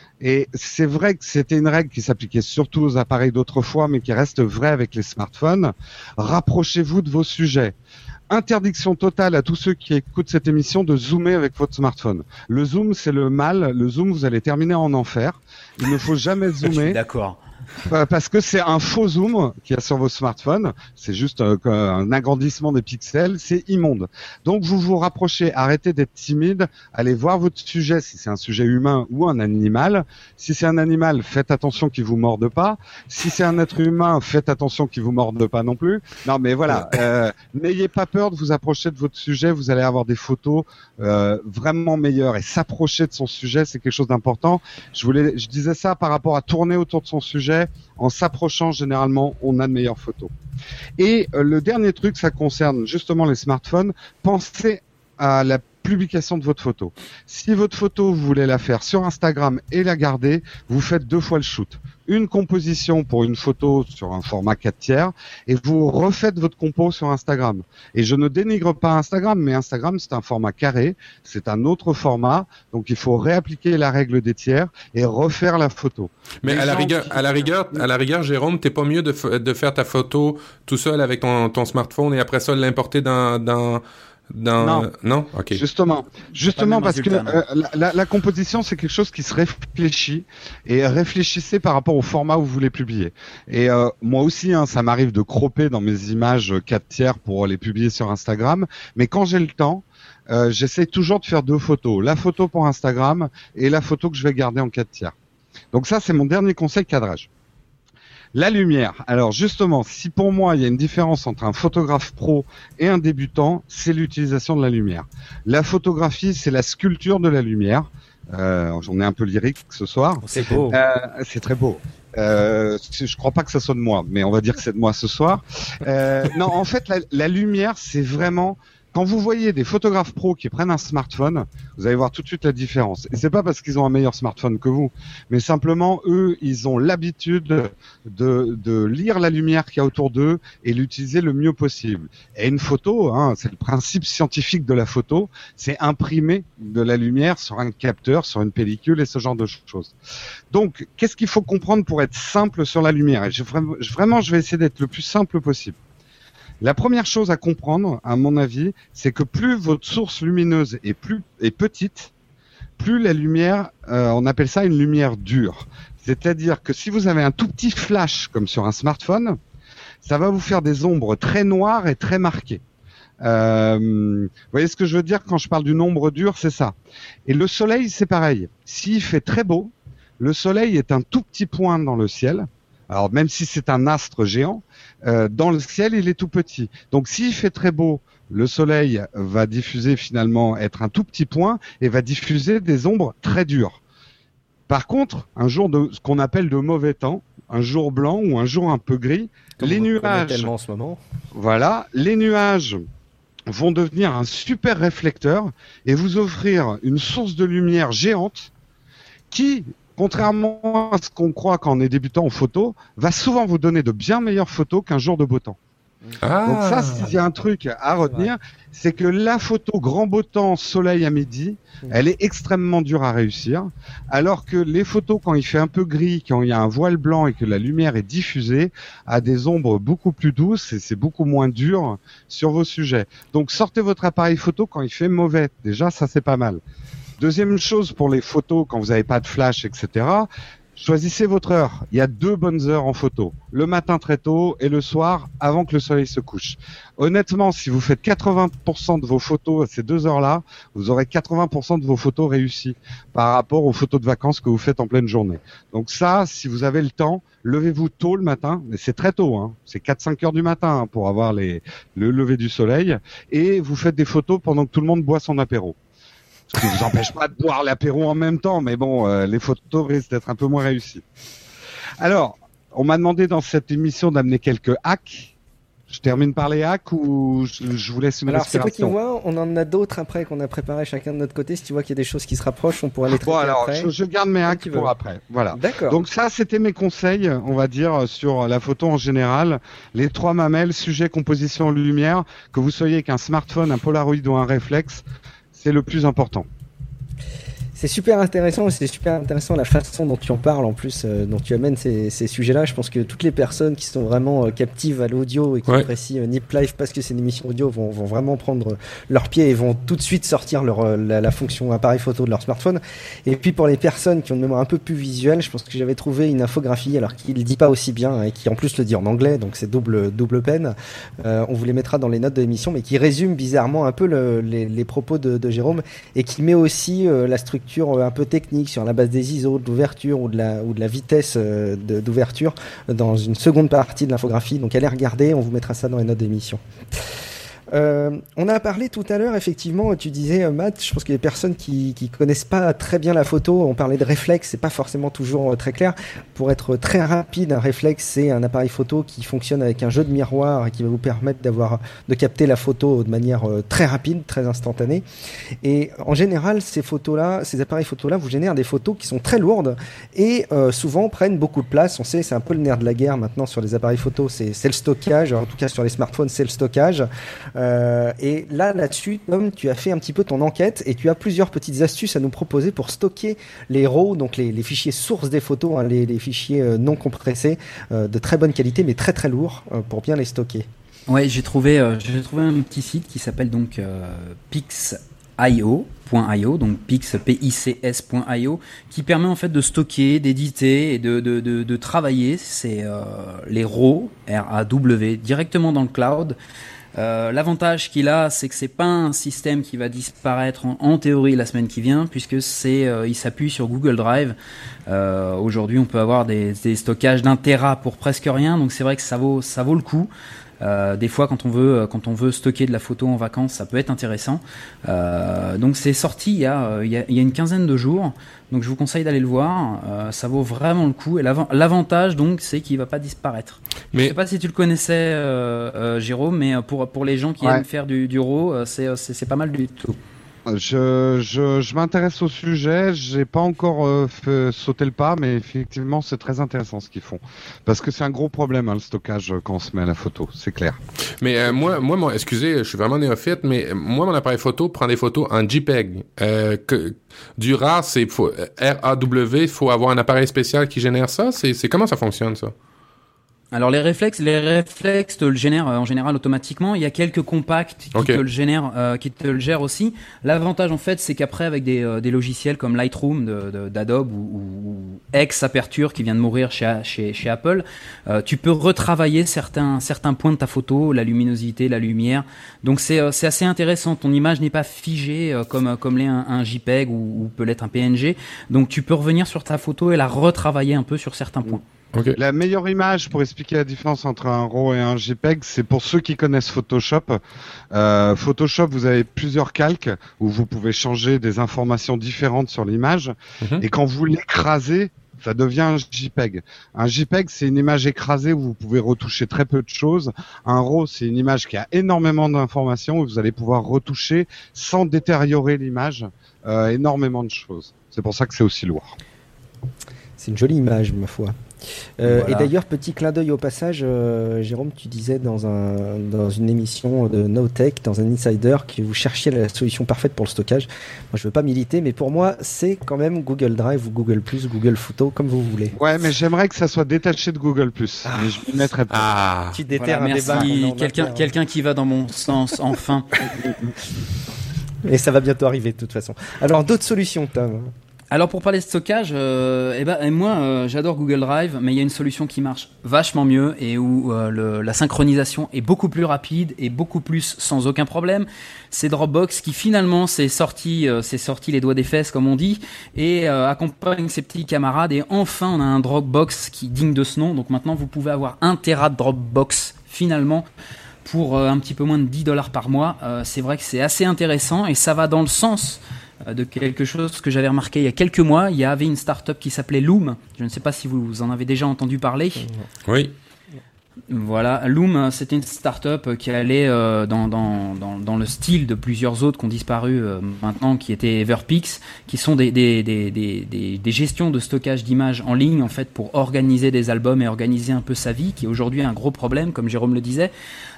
Et c'est vrai que c'était une règle qui s'appliquait surtout aux appareils d'autrefois, mais qui reste vraie avec les smartphones. Rapprochez-vous de vos sujets. Interdiction totale à tous ceux qui écoutent cette émission de zoomer avec votre smartphone. Le zoom, c'est le mal. Le zoom, vous allez terminer en enfer. Il ne faut jamais Je suis zoomer. d'accord. Parce que c'est un faux zoom qu'il y a sur vos smartphones. C'est juste euh, un agrandissement des pixels. C'est immonde. Donc, vous vous rapprochez. Arrêtez d'être timide. Allez voir votre sujet, si c'est un sujet humain ou un animal. Si c'est un animal, faites attention qu'il vous morde pas. Si c'est un être humain, faites attention qu'il vous morde pas non plus. Non, mais voilà. Euh, n'ayez pas peur de vous approcher de votre sujet. Vous allez avoir des photos euh, vraiment meilleures. Et s'approcher de son sujet, c'est quelque chose d'important. Je voulais, je disais ça par rapport à tourner autour de son sujet. En s'approchant, généralement, on a de meilleures photos. Et euh, le dernier truc, ça concerne justement les smartphones. Pensez à la publication de votre photo. Si votre photo, vous voulez la faire sur Instagram et la garder, vous faites deux fois le shoot. Une composition pour une photo sur un format quatre tiers et vous refaites votre compo sur Instagram. Et je ne dénigre pas Instagram, mais Instagram, c'est un format carré, c'est un autre format, donc il faut réappliquer la règle des tiers et refaire la photo. Mais Les à la gens rigueur, qui- à la rigueur, à la rigueur, Jérôme, t'es pas mieux de, f- de faire ta photo tout seul avec ton, ton smartphone et après ça l'importer dans, dans, dans, Non. non? Ok. Justement, justement Pas le parce que même résultat, euh, la, la, la composition c'est quelque chose qui se réfléchit et réfléchissez par rapport au format où vous voulez publier. Et euh, moi aussi, hein, ça m'arrive de cropper dans mes images quatre tiers pour les publier sur Instagram, mais quand j'ai le temps, euh, j'essaie toujours de faire deux photos, la photo pour Instagram et la photo que je vais garder en quatre tiers. Donc ça, c'est mon dernier conseil cadrage. La lumière. Alors justement, si pour moi il y a une différence entre un photographe pro et un débutant, c'est l'utilisation de la lumière. La photographie, c'est la sculpture de la lumière. Euh, J'en ai un peu lyrique ce soir. C'est beau. Euh, c'est très beau. Euh, je crois pas que ça soit de moi, mais on va dire que c'est de moi ce soir. Euh, non, en fait, la, la lumière, c'est vraiment... Quand vous voyez des photographes pros qui prennent un smartphone, vous allez voir tout de suite la différence. Et c'est pas parce qu'ils ont un meilleur smartphone que vous, mais simplement eux, ils ont l'habitude de, de lire la lumière qu'il y a autour d'eux et l'utiliser le mieux possible. Et une photo, hein, c'est le principe scientifique de la photo, c'est imprimer de la lumière sur un capteur, sur une pellicule et ce genre de choses. Donc, qu'est-ce qu'il faut comprendre pour être simple sur la lumière? Et je, vraiment, je vais essayer d'être le plus simple possible. La première chose à comprendre, à mon avis, c'est que plus votre source lumineuse est plus est petite, plus la lumière, euh, on appelle ça une lumière dure. C'est-à-dire que si vous avez un tout petit flash comme sur un smartphone, ça va vous faire des ombres très noires et très marquées. Euh, vous voyez ce que je veux dire quand je parle d'une ombre dure, c'est ça. Et le soleil, c'est pareil. S'il fait très beau, le soleil est un tout petit point dans le ciel. Alors même si c'est un astre géant, euh, dans le ciel il est tout petit. Donc s'il fait très beau, le soleil va diffuser finalement être un tout petit point et va diffuser des ombres très dures. Par contre, un jour de ce qu'on appelle de mauvais temps, un jour blanc ou un jour un peu gris, Comme les on connaît nuages, tellement en ce moment. voilà, les nuages vont devenir un super réflecteur et vous offrir une source de lumière géante qui, contrairement à ce qu'on croit quand on est débutant en photo, va souvent vous donner de bien meilleures photos qu'un jour de beau temps. Ah. Donc ça, s'il y a un truc à retenir, c'est que la photo grand beau temps, soleil à midi, elle est extrêmement dure à réussir, alors que les photos quand il fait un peu gris, quand il y a un voile blanc et que la lumière est diffusée, a des ombres beaucoup plus douces et c'est beaucoup moins dur sur vos sujets. Donc sortez votre appareil photo quand il fait mauvais. Déjà, ça c'est pas mal. Deuxième chose pour les photos, quand vous n'avez pas de flash, et cetera, choisissez votre heure. Il y a deux bonnes heures en photo. Le matin très tôt et le soir avant que le soleil se couche. Honnêtement, si vous faites quatre-vingts pour cent de vos photos à ces deux heures-là, vous aurez quatre-vingts pour cent de vos photos réussies par rapport aux photos de vacances que vous faites en pleine journée. Donc ça, si vous avez le temps, levez-vous tôt le matin. Mais c'est très tôt, hein. C'est quatre cinq heures du matin hein, pour avoir les, le lever du soleil. Et vous faites des photos pendant que tout le monde boit son apéro. Ce qui ne vous empêche pas de boire l'apéro en même temps, mais bon, euh, les photos risquent d'être un peu moins réussies. Alors, on m'a demandé dans cette émission d'amener quelques hacks. Je termine par les hacks ou je, je vous laisse une Alors, c'est respiration. toi qui vois, on en a d'autres après qu'on a préparé chacun de notre côté. Si tu vois qu'il y a des choses qui se rapprochent, on pourra les traiter Bon, alors, après. je, je garde mes hacks tu pour veux. après. Voilà. D'accord. Donc ça, c'était mes conseils, on va dire, sur la photo en général. Les trois mamelles, sujet, composition, lumière, que vous soyez avec un smartphone, un Polaroid ou un réflexe, c'est le plus important. C'est super intéressant, c'est super intéressant la façon dont tu en parles en plus, euh, dont tu amènes ces, ces sujets-là. Je pense que toutes les personnes qui sont vraiment euh, captives à l'audio et qui Ouais. apprécient euh, Nip Live parce que c'est une émission audio vont, vont vraiment prendre leur pied et vont tout de suite sortir leur, euh, la, la fonction appareil photo de leur smartphone. Et puis pour les personnes qui ont une mémoire un peu plus visuelle, je pense que j'avais trouvé une infographie, alors qu'il ne dit pas aussi bien et qui en plus le dit en anglais, donc c'est double, double peine. Euh, on vous les mettra dans les notes de l'émission, mais qui résume bizarrement un peu le, les, les propos de, de Jérôme et qui met aussi euh, la structure un peu technique sur la base des I S O, de l'ouverture ou de la, ou de la vitesse euh, de, d'ouverture dans une seconde partie de l'infographie. Donc allez regarder, on vous mettra ça dans les notes d'émission. Euh, on a parlé tout à l'heure, effectivement, tu disais, euh, Matt, je pense qu'il y a des personnes qui, qui connaissent pas très bien la photo. On parlait de réflexe, c'est pas forcément toujours euh, très clair. Pour être très rapide, un réflexe, c'est un appareil photo qui fonctionne avec un jeu de miroir et qui va vous permettre d'avoir, de capter la photo de manière euh, très rapide, très instantanée. Et en général, ces photos-là, ces appareils photos-là vous génèrent des photos qui sont très lourdes et euh, souvent prennent beaucoup de place. On sait, c'est un peu le nerf de la guerre maintenant sur les appareils photos, c'est, c'est le stockage. En tout cas, sur les smartphones, c'est le stockage. Euh, et là, là-dessus, Tom, tu as fait un petit peu ton enquête et tu as plusieurs petites astuces à nous proposer pour stocker les RAW, donc les, les fichiers sources des photos, hein, les, les fichiers euh, non compressés, euh, de très bonne qualité mais très très lourds, euh, pour bien les stocker. Ouais, j'ai trouvé, euh, j'ai trouvé un petit site qui s'appelle donc euh, pix point i o point i o, donc pix, P I C S point i o, qui permet en fait de stocker, d'éditer et de, de, de, de travailler c'est, euh, les RAW, R A W, directement dans le cloud. Euh, l'avantage qu'il a, c'est que c'est pas un système qui va disparaître en, en théorie la semaine qui vient, puisque c'est, euh, il s'appuie sur Google Drive. Euh, aujourd'hui, on peut avoir des, des stockages d'un téra pour presque rien, donc c'est vrai que ça vaut, ça vaut le coup. Euh, des fois, quand on veut, quand on veut stocker de la photo en vacances, ça peut être intéressant. Euh, donc, c'est sorti il y a, il y a, il y a une quinzaine de jours. Donc, je vous conseille d'aller le voir. Euh, ça vaut vraiment le coup. Et l'avantage, donc, c'est qu'il va pas disparaître. Mais... Je sais pas si tu le connaissais, euh, euh, Jérôme, mais pour pour les gens qui ouais. aiment faire du, du RAW, c'est, c'est c'est pas mal du tout. Je, je, je m'intéresse au sujet, j'ai pas encore euh, fait sauter le pas, mais effectivement c'est très intéressant ce qu'ils font. Parce que c'est un gros problème hein, le stockage quand on se met à la photo, c'est clair. Mais euh, moi, moi mon, excusez, je suis vraiment néophyte, mais moi mon appareil photo prend des photos en JPEG. Euh, que, du RAW, c'est faut, R A W, il faut avoir un appareil spécial qui génère ça. C'est, c'est comment ça fonctionne ça? Alors les réflexes, les réflexes te le génèrent en général automatiquement. Il y a quelques compacts qui okay. te le génèrent, euh, qui te le gèrent aussi. L'avantage en fait, c'est qu'après avec des, euh, des logiciels comme Lightroom de, de, d'Adobe ou, ou X Aperture qui vient de mourir chez chez, chez Apple, euh, tu peux retravailler certains certains points de ta photo, la luminosité, la lumière. Donc c'est euh, c'est assez intéressant. Ton image n'est pas figée euh, comme comme l'est un, un JPEG ou, ou peut l'être un P N G. Donc tu peux revenir sur ta photo et la retravailler un peu sur certains points. Okay. La meilleure image pour expliquer la différence entre un RAW et un JPEG, c'est pour ceux qui connaissent Photoshop. Euh, Photoshop, vous avez plusieurs calques où vous pouvez changer des informations différentes sur l'image. Mm-hmm. Et quand vous l'écrasez, ça devient un JPEG. Un JPEG, c'est une image écrasée où vous pouvez retoucher très peu de choses. Un RAW, c'est une image qui a énormément d'informations où vous allez pouvoir retoucher sans détériorer l'image euh, énormément de choses. C'est pour ça que c'est aussi lourd. C'est une jolie image, ma foi. Euh, voilà. Et d'ailleurs, petit clin d'œil au passage, euh, Jérôme, tu disais dans, un, dans une émission de NoTech, dans un Insider, que vous cherchiez la solution parfaite pour le stockage. Moi, je veux pas militer, mais pour moi, c'est quand même Google Drive ou Google Plus, Google Photo, comme vous voulez. Ouais, mais j'aimerais que ça soit détaché de Google Plus. Ah, mais je m'y mettrais pas. Ah, tu déterres voilà, un débat. Merci. Quelqu'un, hein. quelqu'un qui va dans mon sens, enfin. Et ça va bientôt arriver, de toute façon. Alors, d'autres solutions, Tom? Alors pour parler de stockage, euh, eh ben, et moi euh, j'adore Google Drive, mais il y a une solution qui marche vachement mieux et où euh, le, la synchronisation est beaucoup plus rapide et beaucoup plus sans aucun problème. C'est Dropbox qui finalement s'est sorti, euh, s'est sorti les doigts des fesses comme on dit et euh, accompagne ses petits camarades et enfin on a un Dropbox qui digne de ce nom. Donc maintenant vous pouvez avoir un téra de Dropbox finalement pour euh, un petit peu moins de dix dollars par mois. Euh, c'est vrai que c'est assez intéressant et ça va dans le sens de quelque chose que j'avais remarqué il y a quelques mois. Il y avait une start-up qui s'appelait Loom. Je ne sais pas si vous en avez déjà entendu parler. Oui. Voilà, Loom, c'était une start-up qui allait euh, dans, dans, dans, dans le style de plusieurs autres qui ont disparu euh, maintenant, qui étaient Everpix, qui sont des, des, des, des, des, des gestions de stockage d'images en ligne en fait pour organiser des albums et organiser un peu sa vie, qui est aujourd'hui un gros problème, comme Jérôme le disait.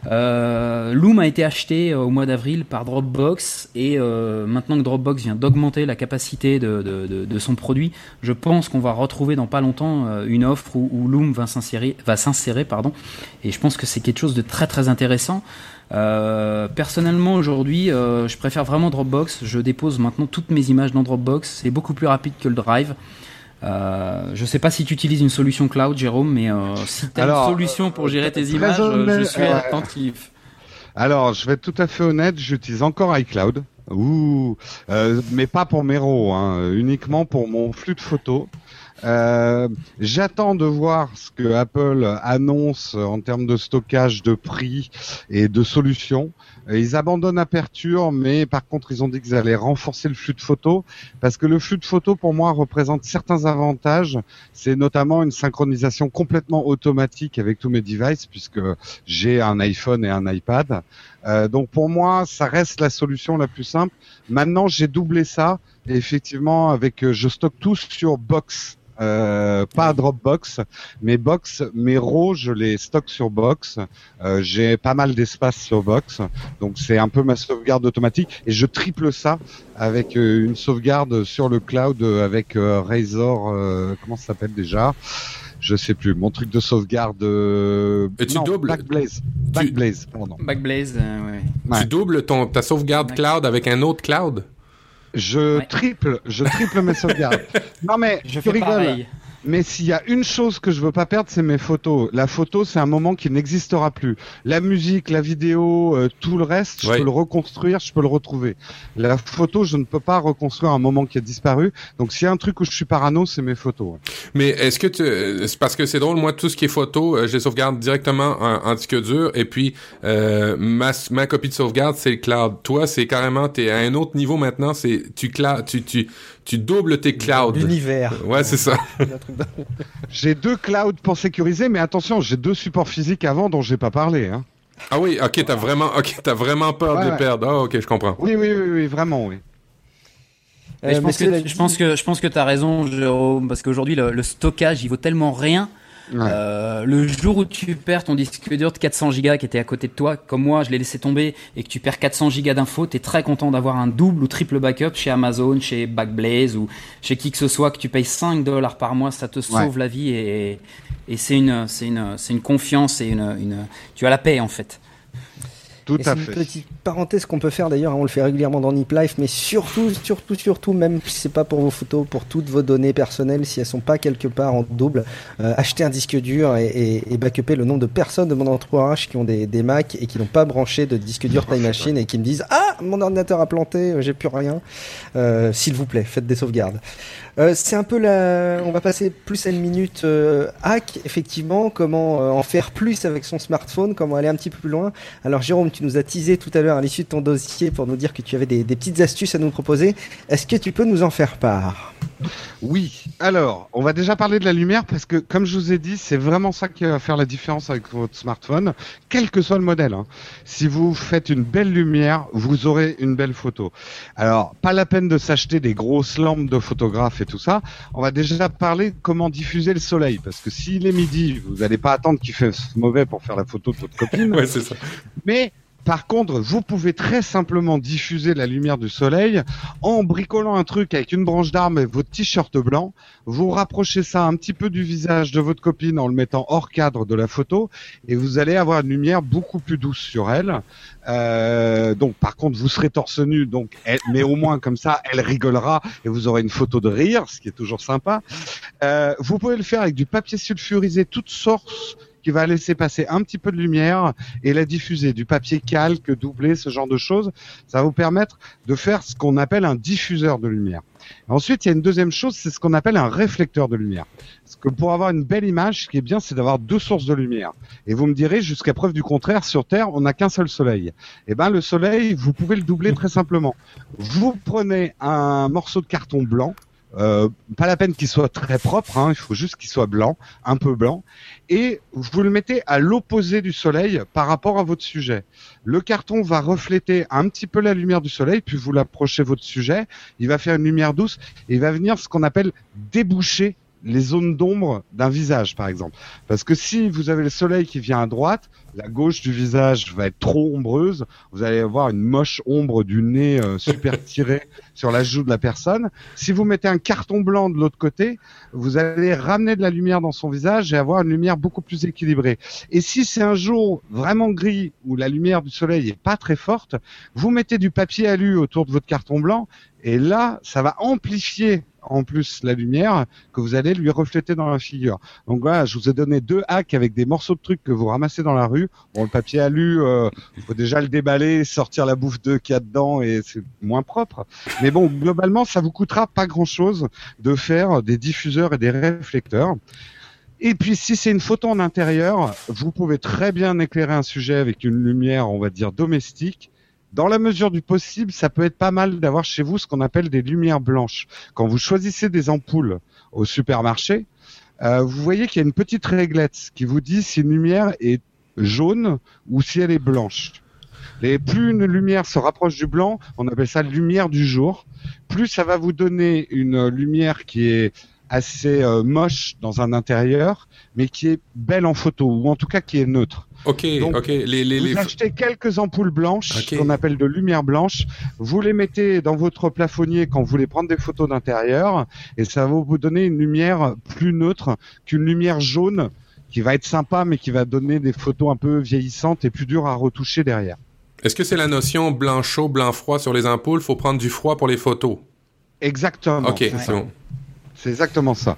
Euh, Loom a été acheté euh, au mois d'avril par Dropbox et euh, maintenant que Dropbox vient d'augmenter la capacité de, de, de, de son produit, je pense qu'on va retrouver dans pas longtemps euh, une offre où, où Loom va s'insérer, va s'insérer pardon. Et je pense que c'est quelque chose de très très intéressant. Euh, personnellement aujourd'hui, euh, je préfère vraiment Dropbox. Je dépose maintenant toutes mes images dans Dropbox. C'est beaucoup plus rapide que le Drive. Euh, je sais pas si tu utilises une solution cloud, Jérôme, mais euh, si tu as une solution pour gérer tes images, honnête, je suis euh, attentif. Alors, je vais être tout à fait honnête, j'utilise encore iCloud. Ouh, euh, mais pas pour mes RAW, hein, uniquement pour mon flux de photos. Euh, j'attends de voir ce que Apple annonce en termes de stockage, de prix et de solutions. Ils abandonnent Aperture, mais par contre, ils ont dit qu'ils allaient renforcer le flux de photos, parce que le flux de photos, pour moi, représente certains avantages. C'est notamment une synchronisation complètement automatique avec tous mes devices, puisque j'ai un iPhone et un iPad. Euh, donc pour moi, ça reste la solution la plus simple. Maintenant, j'ai doublé ça, et effectivement, avec, je stocke tout sur Box. Euh, pas Dropbox, mais Box, mes RAW, je les stocke sur Box. Euh, j'ai pas mal d'espace sur Box, donc c'est un peu ma sauvegarde automatique. Et je triple ça avec euh, une sauvegarde sur le cloud avec euh, Razor, euh, comment ça s'appelle déjà ? Je sais plus. Mon truc de sauvegarde. Euh... Et tu non, doubles. Backblaze. Backblaze, pardon. Backblaze, euh, ouais. Tu Ouais. doubles ton ta sauvegarde cloud avec un autre cloud. Je Ouais. triple, je triple mes sauvegardes. Non mais Je tu fais rigoles. pareil. Mais s'il y a une chose que je veux pas perdre, c'est mes photos. La photo, c'est un moment qui n'existera plus. La musique, la vidéo, euh, tout le reste, je Ouais. peux le reconstruire, je peux le retrouver. La photo, je ne peux pas reconstruire un moment qui a disparu. Donc s'il y a un truc où je suis parano, c'est mes photos. Mais est-ce que tu, c'est parce que c'est drôle, moi tout ce qui est photo, euh, je les sauvegarde directement en, en disque dur et puis euh, ma ma copie de sauvegarde c'est le cloud. Toi c'est carrément t'es à un autre niveau maintenant, c'est tu cloud, tu tu tu doubles tes clouds. L'univers. Ouais c'est ça. J'ai deux clouds pour sécuriser, mais attention, j'ai deux supports physiques avant dont j'ai pas parlé. Hein. Ah oui, ok t'as vraiment, ok t'as vraiment peur Ouais, de ouais. perdre. Ah ok je comprends. Oui, oui, oui, oui, vraiment, oui. Mais je Euh, pense mais que cela je pense que je pense que t'as raison, Jérôme, parce qu'aujourd'hui le, le stockage il vaut tellement rien. Ouais. Euh, le jour où tu perds ton disque dur de quatre cents gigas qui était à côté de toi, comme moi je l'ai laissé tomber, et que tu perds quatre cents gigas d'infos, t'es très content d'avoir un double ou triple backup chez Amazon, chez Backblaze ou chez qui que ce soit, que tu payes cinq dollars par mois, ça te sauve Ouais. la vie et, et c'est une, c'est une, c'est une confiance et une, une, tu as la paix en fait. Tout Et à c'est fait. une petite parenthèse qu'on peut faire d'ailleurs, hein, on le fait régulièrement dans Nip Life, mais surtout, surtout, surtout, même si c'est pas pour vos photos, pour toutes vos données personnelles, si elles sont pas quelque part en double, euh, achetez un disque dur et, et, et backuper le nombre de personnes de mon entourage qui ont des, des Mac et qui n'ont pas branché de disque dur Time Machine et qui me disent ah mon ordinateur a planté, j'ai plus rien. Euh, s'il vous plaît, faites des sauvegardes. Euh, c'est un peu la. On va passer plus à une minute euh, hack, effectivement, comment euh, en faire plus avec son smartphone, comment aller un petit peu plus loin. Alors Jérôme, tu nous as teasé tout à l'heure à l'issue de ton dossier pour nous dire que tu avais des, des petites astuces à nous proposer. Est-ce que tu peux nous en faire part ? Oui. Alors, on va déjà parler de la lumière parce que, comme je vous ai dit, c'est vraiment ça qui va faire la différence avec votre smartphone, quel que soit le modèle. Hein. Si vous faites une belle lumière, vous aurez une belle photo. Alors, pas la peine de s'acheter des grosses lampes de photographe et tout ça. On va déjà parler de comment diffuser le soleil, parce que s'il est midi, vous n'allez pas attendre qu'il fasse mauvais pour faire la photo de votre copine. Ouais c'est ça. Mais par contre, vous pouvez très simplement diffuser la lumière du soleil en bricolant un truc avec une branche d'arbre et votre t-shirt blanc. Vous rapprochez ça un petit peu du visage de votre copine en le mettant hors cadre de la photo et vous allez avoir une lumière beaucoup plus douce sur elle. Euh, donc, par contre, vous serez torse nu, donc, elle, mais au moins comme ça, elle rigolera et vous aurez une photo de rire, ce qui est toujours sympa. Euh, vous pouvez le faire avec du papier sulfurisé, toute source qui va laisser passer un petit peu de lumière et la diffuser, du papier calque, doublé, ce genre de choses. Ça va vous permettre de faire ce qu'on appelle un diffuseur de lumière. Ensuite, il y a une deuxième chose, c'est ce qu'on appelle un réflecteur de lumière. Parce que pour avoir une belle image, ce qui est bien, c'est d'avoir deux sources de lumière. Et vous me direz, jusqu'à preuve du contraire, sur Terre, on n'a qu'un seul soleil. Eh ben, le soleil, vous pouvez le doubler très simplement. Vous prenez un morceau de carton blanc, Euh, pas la peine qu'il soit très propre, hein, il faut juste qu'il soit blanc, un peu blanc, et vous le mettez à l'opposé du soleil par rapport à votre sujet. Le carton va refléter un petit peu la lumière du soleil, puis vous l'approchez votre sujet, il va faire une lumière douce, et il va venir ce qu'on appelle déboucher les zones d'ombre d'un visage, par exemple. Parce que si vous avez le soleil qui vient à droite, la gauche du visage va être trop ombreuse, vous allez avoir une moche ombre du nez euh, super tirée sur la joue de la personne. Si vous mettez un carton blanc de l'autre côté, vous allez ramener de la lumière dans son visage et avoir une lumière beaucoup plus équilibrée. Et si c'est un jour vraiment gris, où la lumière du soleil est pas très forte, vous mettez du papier alu autour de votre carton blanc, et là, ça va amplifier en plus la lumière que vous allez lui refléter dans la figure. Donc voilà, je vous ai donné deux hacks avec des morceaux de trucs que vous ramassez dans la rue. Bon, le papier alu, euh, il faut déjà le déballer, sortir la bouffe de qu'il y a dedans et c'est moins propre. Mais bon, globalement, ça vous coûtera pas grand-chose de faire des diffuseurs et des réflecteurs. Et puis, si c'est une photo en intérieur, vous pouvez très bien éclairer un sujet avec une lumière, on va dire, domestique. Dans la mesure du possible, ça peut être pas mal d'avoir chez vous ce qu'on appelle des lumières blanches. Quand vous choisissez des ampoules au supermarché, euh, vous voyez qu'il y a une petite réglette qui vous dit si une lumière est jaune ou si elle est blanche. Et plus une lumière se rapproche du blanc, on appelle ça lumière du jour, plus ça va vous donner une lumière qui est assez euh, moche dans un intérieur, mais qui est belle en photo, ou en tout cas qui est neutre. Ok, Donc, ok. Les, les, vous les... achetez quelques ampoules blanches, Okay. qu'on appelle de lumière blanche, vous les mettez dans votre plafonnier quand vous voulez prendre des photos d'intérieur, et ça va vous donner une lumière plus neutre qu'une lumière jaune, qui va être sympa, mais qui va donner des photos un peu vieillissantes et plus dures à retoucher derrière. Est-ce que c'est la notion blanc chaud, blanc froid sur les ampoules? Faut prendre du froid pour les photos. Exactement. Ok, c'est c'est ça. bon. C'est exactement ça.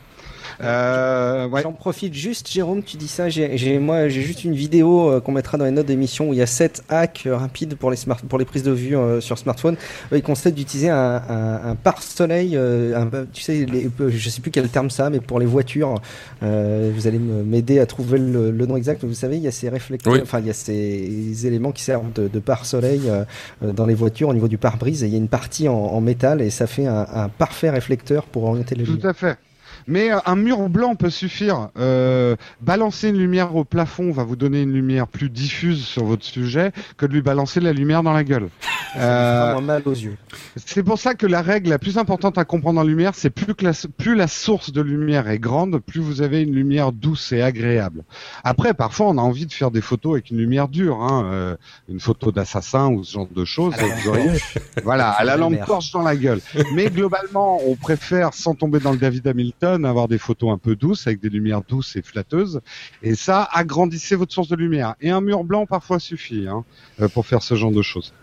Euh, ouais. J'en profite juste, Jérôme, tu dis ça, j'ai, j'ai, moi j'ai juste une vidéo euh, qu'on mettra dans les notes d'émission où il y a sept hacks euh, rapides pour les, smart, pour les prises de vue euh, sur smartphone. Euh, ils conseillent d'utiliser un, un, un pare-soleil, euh, un, tu sais, les, je sais plus quel terme ça, mais pour les voitures, euh, vous allez m'aider à trouver le, le nom exact. Vous savez, il y a ces réflecteurs, oui. enfin il y a ces éléments qui servent de, de pare-soleil euh, dans les voitures au niveau du pare-brise, et il y a une partie en, en métal et ça fait un, un parfait réflecteur pour orienter les lumières. Tout à fait. Mais euh, un mur blanc peut suffire. Euh, balancer une lumière au plafond va vous donner une lumière plus diffuse sur votre sujet que de lui balancer de la lumière dans la gueule. Euh, vraiment mal aux yeux. C'est pour ça que la règle la plus importante à comprendre en lumière, c'est plus que la, plus la source de lumière est grande, plus vous avez une lumière douce et agréable. Après, parfois, on a envie de faire des photos avec une lumière dure, hein, euh, une photo d'assassin ou ce genre de choses. Vous auriez, voilà, à la lampe torche dans la gueule. Mais globalement, on préfère, sans tomber dans le David Hamilton, avoir des photos un peu douces avec des lumières douces et flatteuses, et ça, agrandissez votre source de lumière. Et un mur blanc parfois suffit hein, pour faire ce genre de choses.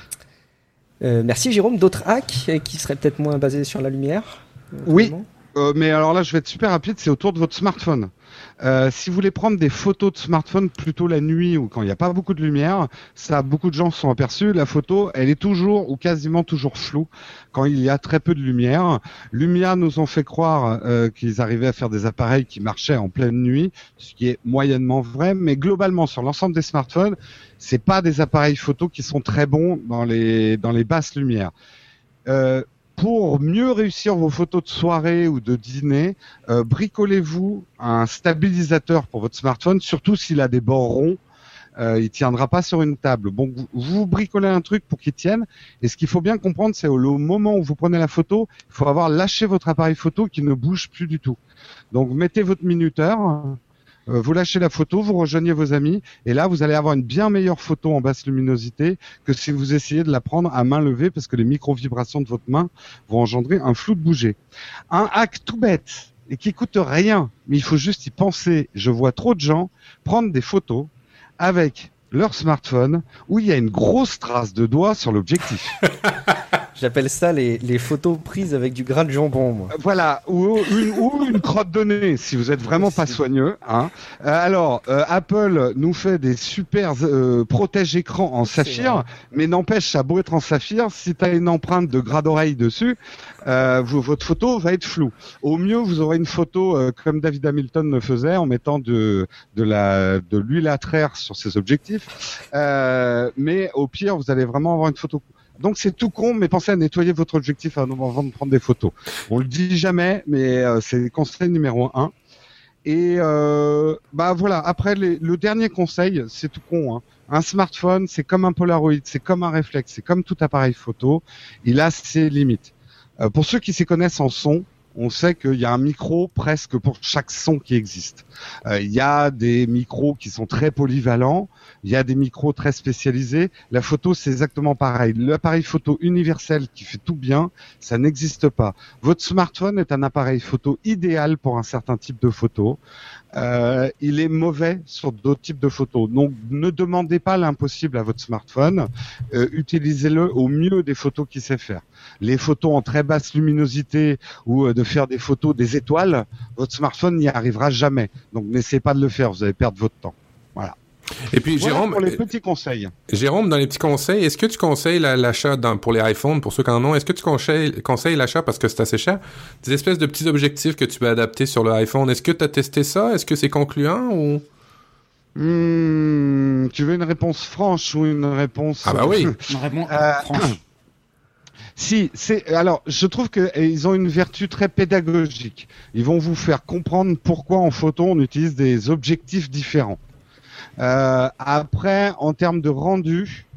Euh, merci Jérôme. D'autres hacks qui seraient peut-être moins basés sur la lumière? Euh, Oui, euh, mais alors là je vais être super rapide, c'est autour de votre smartphone. Euh, si vous voulez prendre des photos de smartphone plutôt la nuit ou quand il n'y a pas beaucoup de lumière, ça beaucoup de gens se sont aperçus, la photo elle est toujours ou quasiment toujours floue quand il y a très peu de lumière. Lumia nous ont fait croire euh, qu'ils arrivaient à faire des appareils qui marchaient en pleine nuit, ce qui est moyennement vrai, mais globalement sur l'ensemble des smartphones, c'est pas des appareils photo qui sont très bons dans les dans les basses lumières. Euh, Pour mieux réussir vos photos de soirée ou de dîner, euh, bricolez-vous un stabilisateur pour votre smartphone, surtout s'il a des bords ronds. Euh, il tiendra pas sur une table. Bon, vous, vous bricolez un truc pour qu'il tienne. Et ce qu'il faut bien comprendre, c'est au, au moment où vous prenez la photo, il faut avoir lâché votre appareil photo qui ne bouge plus du tout. Donc, mettez votre minuteur. Euh, vous lâchez la photo, vous rejoignez vos amis, et là, vous allez avoir une bien meilleure photo en basse luminosité que si vous essayez de la prendre à main levée, parce que les micro-vibrations de votre main vont engendrer un flou de bouger. Un hack tout bête, et qui coûte rien, mais il faut juste y penser. Je vois trop de gens prendre des photos avec leur smartphone où il y a une grosse trace de doigt sur l'objectif. J'appelle ça les, les photos prises avec du grain de jambon, moi. Voilà, ou une, ou une crotte de nez, si vous êtes vraiment pas soigneux. Hein. Euh, alors, euh, Apple nous fait des super euh, protège écran en saphir, mais n'empêche, ça a beau être en saphir, si tu as une empreinte de gras d'oreille dessus, euh, vous, votre photo va être floue. Au mieux, vous aurez une photo euh, comme David Hamilton le faisait, en mettant de, de, la, de l'huile à traire sur ses objectifs. Euh, mais au pire, vous allez vraiment avoir une photo. Donc c'est tout con, mais pensez pensez à nettoyer votre objectif avant de prendre des photos. On le dit jamais, mais euh, c'est le conseil numéro un. Et euh, bah voilà. Après, les, le dernier conseil, c'est tout con. Hein. Un smartphone, c'est comme un Polaroid, c'est comme un réflexe, c'est comme tout appareil photo. Il a ses limites. Euh, pour ceux qui s'y connaissent en son, on sait qu'il y a un micro presque pour chaque son qui existe. Euh, il y a des micros qui sont très polyvalents, il y a des micros très spécialisés. La photo, c'est exactement pareil. L'appareil photo universel qui fait tout bien, ça n'existe pas. Votre smartphone est un appareil photo idéal pour un certain type de photo. Euh, il est mauvais sur d'autres types de photos. Donc, ne demandez pas l'impossible à votre smartphone. Euh, utilisez-le au mieux des photos qu'il sait faire. Les photos en très basse luminosité ou euh, de faire des photos des étoiles, votre smartphone n'y arrivera jamais. Donc, n'essayez pas de le faire. Vous allez perdre votre temps. Voilà. Et puis, voilà Jérôme, pour les petits conseils. Jérôme, dans les petits conseils, est-ce que tu conseilles la, l'achat dans, pour les iPhones, pour ceux qui en ont, est-ce que tu conseilles, conseilles l'achat parce que c'est assez cher, des espèces de petits objectifs que tu peux adapter sur le iPhone? Est-ce que tu as testé ça? Est-ce que c'est concluant ou? Mmh, tu veux une réponse franche ou une réponse... Ah bah oui. Une réponse Euh, franche. Si, c'est alors je trouve que eh, ils ont une vertu très pédagogique. Ils vont vous faire comprendre pourquoi en photo on utilise des objectifs différents. Euh, après, en termes de rendu,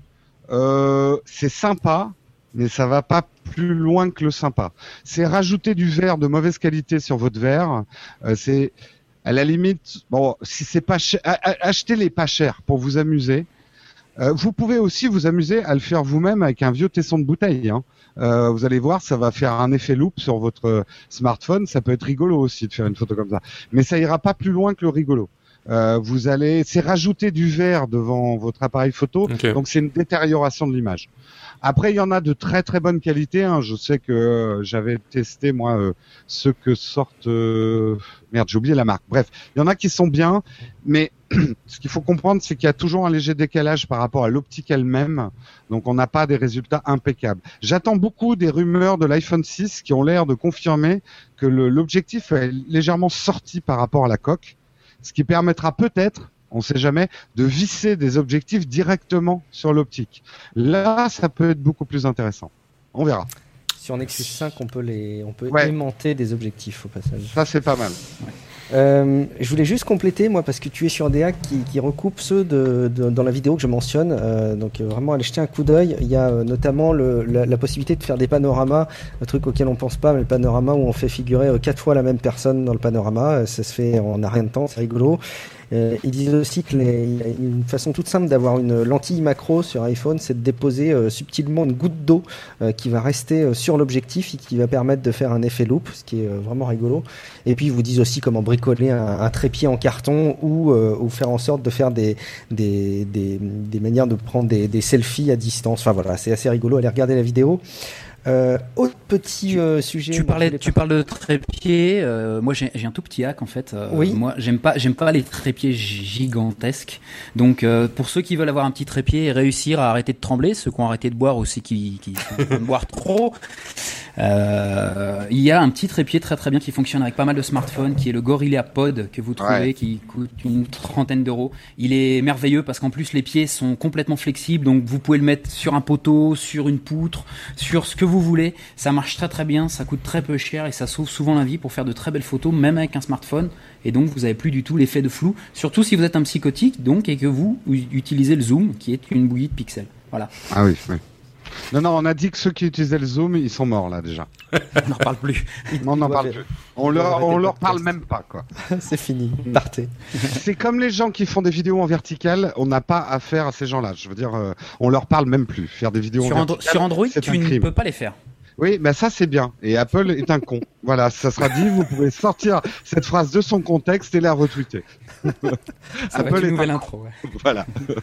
euh, c'est sympa, mais ça va pas plus loin que le sympa. C'est rajouter du verre de mauvaise qualité sur votre verre. Euh, c'est à la limite, bon, si c'est pas cher, achetez-les pas cher pour vous amuser. Euh, vous pouvez aussi vous amuser à le faire vous-même avec un vieux tesson de bouteille. Hein. Euh, vous allez voir, ça va faire un effet loop sur votre smartphone. Ça peut être rigolo aussi de faire une photo comme ça, mais ça ira pas plus loin que le rigolo. Euh, vous allez, c'est rajouter du verre devant votre appareil photo, Okay. donc c'est une détérioration de l'image. Après, il y en a de très très bonne qualité. Hein. Je sais que euh, j'avais testé moi euh, ceux que sortent. Euh... Merde, j'ai oublié la marque. Bref, il y en a qui sont bien, mais ce qu'il faut comprendre, c'est qu'il y a toujours un léger décalage par rapport à l'optique elle-même. Donc, on n'a pas des résultats impeccables. J'attends beaucoup des rumeurs de l'iPhone six qui ont l'air de confirmer que le, l'objectif est légèrement sorti par rapport à la coque, ce qui permettra peut-être, on ne sait jamais, de visser des objectifs directement sur l'optique. Là, ça peut être beaucoup plus intéressant. On verra. Sur Nexus cinq, on peut, les, on peut Ouais. aimanter des objectifs au passage. Ça, c'est pas mal. Euh, je voulais juste compléter, moi, parce que tu es sur des hacks qui, qui recoupent ceux de, de, dans la vidéo que je mentionne. Euh, donc, euh, vraiment, allez jeter un coup d'œil. Il y a euh, notamment le, la, la possibilité de faire des panoramas, un truc auquel on pense pas, mais le panorama où on fait figurer euh, quatre fois la même personne dans le panorama. Euh, ça se fait en un rien de temps, c'est rigolo. Euh, ils disent aussi que les, il y a une façon toute simple d'avoir une lentille macro sur iPhone, c'est de déposer euh, subtilement une goutte d'eau euh, qui va rester euh, sur l'objectif et qui va permettre de faire un effet loop, ce qui est euh, vraiment rigolo. Et puis ils vous disent aussi comment bricoler un, un trépied en carton ou, euh, ou faire en sorte de faire des, des, des, des manières de prendre des, des selfies à distance. Enfin voilà, c'est assez rigolo. Allez regarder la vidéo. Euh, autre petit euh, sujet. Tu parlais, tu parles de trépied. Euh, moi, j'ai, j'ai un tout petit hack en fait. Euh, Oui. Moi, j'aime pas, j'aime pas les trépieds gigantesques. Donc, euh, pour ceux qui veulent avoir un petit trépied et réussir à arrêter de trembler, ceux qui ont arrêté de boire aussi, qui, qui sont en train de boire trop, euh, il y a un petit trépied très très bien qui fonctionne avec pas mal de smartphones, qui est le Gorilla Pod que vous trouvez, Ouais. qui coûte une trentaine d'euros. Il est merveilleux parce qu'en plus les pieds sont complètement flexibles, donc vous pouvez le mettre sur un poteau, sur une poutre, sur ce que vous voulez. Ça marche très très bien, ça coûte très peu cher et ça sauve souvent la vie pour faire de très belles photos, même avec un smartphone. Et donc vous avez plus du tout l'effet de flou, surtout si vous êtes un psychotique donc et que vous utilisez le zoom, qui est une bouillie de pixels. Voilà. Ah oui, oui. Non, non, on a dit que ceux qui utilisaient le zoom, ils sont morts là déjà. On n'en reparle plus. On n'en doivent- parle plus. On ils doivent leur, arrêter on le leur podcast. parle même pas quoi. C'est fini, partez. C'est comme les gens qui font des vidéos en verticale, on n'a pas affaire à ces gens-là. Je veux dire, euh, on leur parle même plus. Faire des vidéos Sur, en Andro- verticale, sur Android, c'est tu un ne crime. peux pas les faire. Oui, ben ça c'est bien. Et Apple est un con. Voilà, ça sera dit. Vous pouvez sortir cette phrase de son contexte et la retweeter. Ça va Apple être est une nouvelle un intro. Ouais. Voilà.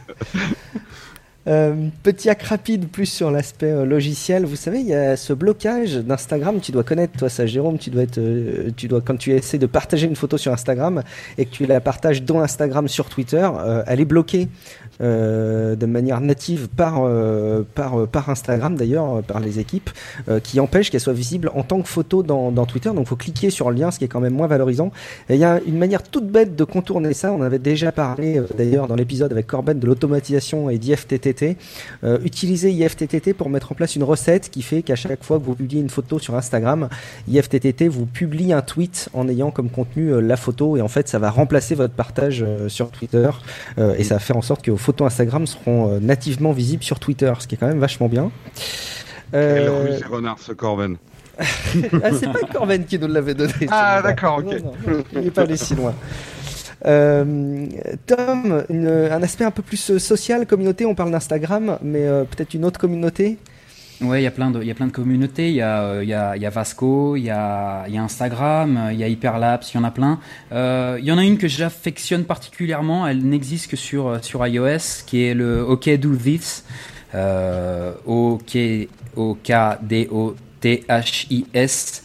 Euh, petit hack rapide plus sur l'aspect euh, logiciel. Vous savez, il y a ce blocage d'Instagram. Tu dois connaître toi ça, Jérôme. Tu dois être, euh, tu dois quand tu essaies de partager une photo sur Instagram et que tu la partages dans Instagram sur Twitter, euh, elle est bloquée euh, de manière native par euh, par euh, par Instagram d'ailleurs, euh, par les équipes, euh, qui empêche qu'elle soit visible en tant que photo dans, dans Twitter. Donc, faut cliquer sur le lien, ce qui est quand même moins valorisant. Et il y a une manière toute bête de contourner ça. On avait déjà parlé euh, d'ailleurs dans l'épisode avec Corben de l'automatisation et d'I F T T T. Euh, utilisez I F T T T pour mettre en place une recette qui fait qu'à chaque fois que vous publiez une photo sur Instagram, I F T T T vous publie un tweet en ayant comme contenu euh, la photo et en fait ça va remplacer votre partage euh, sur Twitter euh, et ça va faire en sorte que vos photos Instagram seront euh, nativement visibles sur Twitter, ce qui est quand même vachement bien. Euh... Euh... Quel renard ce Corben. ah, c'est pas Corben qui nous l'avait donné. Ah d'accord, ok. Non, non, il n'est pas allé si loin. Euh, Tom, une, un aspect un peu plus social, communauté, on parle d'Instagram, mais euh, peut-être une autre communauté. Ouais, il y a plein de, il y a plein de communautés. Il y a, euh, il y a, il y a Vasco, il y a, il y a Instagram, il y a Hyperlapse, il y en a plein. Euh, il y en a une que j'affectionne particulièrement. Elle n'existe que sur sur iOS, qui est le OK Do This, euh, OK O K D O T H I S.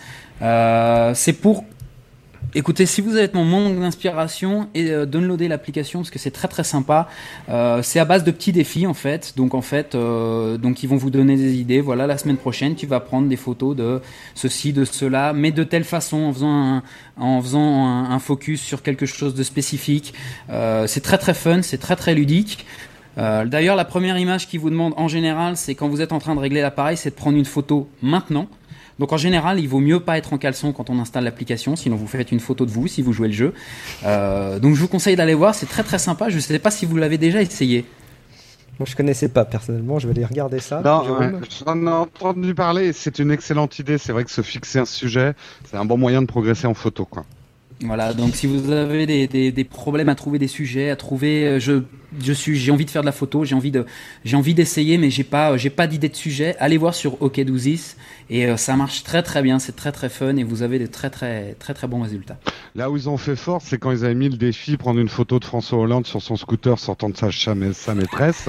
Euh, c'est pour Écoutez, si vous avez mon manque d'inspiration, et euh, downloadez l'application parce que c'est très très sympa. Euh, c'est à base de petits défis en fait. Donc en fait, euh, donc ils vont vous donner des idées. Voilà, la semaine prochaine, tu vas prendre des photos de ceci, de cela, mais de telle façon, en faisant un, en faisant un, un focus sur quelque chose de spécifique. Euh, c'est très très fun, c'est très très ludique. Euh, d'ailleurs, la première image qu'ils vous demandent en général, c'est quand vous êtes en train de régler l'appareil, c'est de prendre une photo maintenant. Donc en général, il vaut mieux pas être en caleçon quand on installe l'application, sinon vous faites une photo de vous si vous jouez le jeu. Euh, donc je vous conseille d'aller voir, c'est très très sympa. Je ne sais pas si vous l'avez déjà essayé. Moi je connaissais pas personnellement, je vais aller regarder ça. Non, ouais, j'en ai entendu parler, c'est une excellente idée. C'est vrai que se fixer un sujet, c'est un bon moyen de progresser en photo, quoi. Voilà, donc si vous avez des, des, des problèmes à trouver des sujets, à trouver, je, je suis, j'ai envie de faire de la photo, j'ai envie de, j'ai envie d'essayer, mais j'ai pas, j'ai pas d'idée de sujet. Allez voir sur OK Do This et euh, ça marche très très bien, c'est très très fun et vous avez de très très très très bons résultats. Là où ils ont fait fort, c'est quand ils avaient mis le défi prendre une photo de François Hollande sur son scooter sortant de sa, sa maîtresse.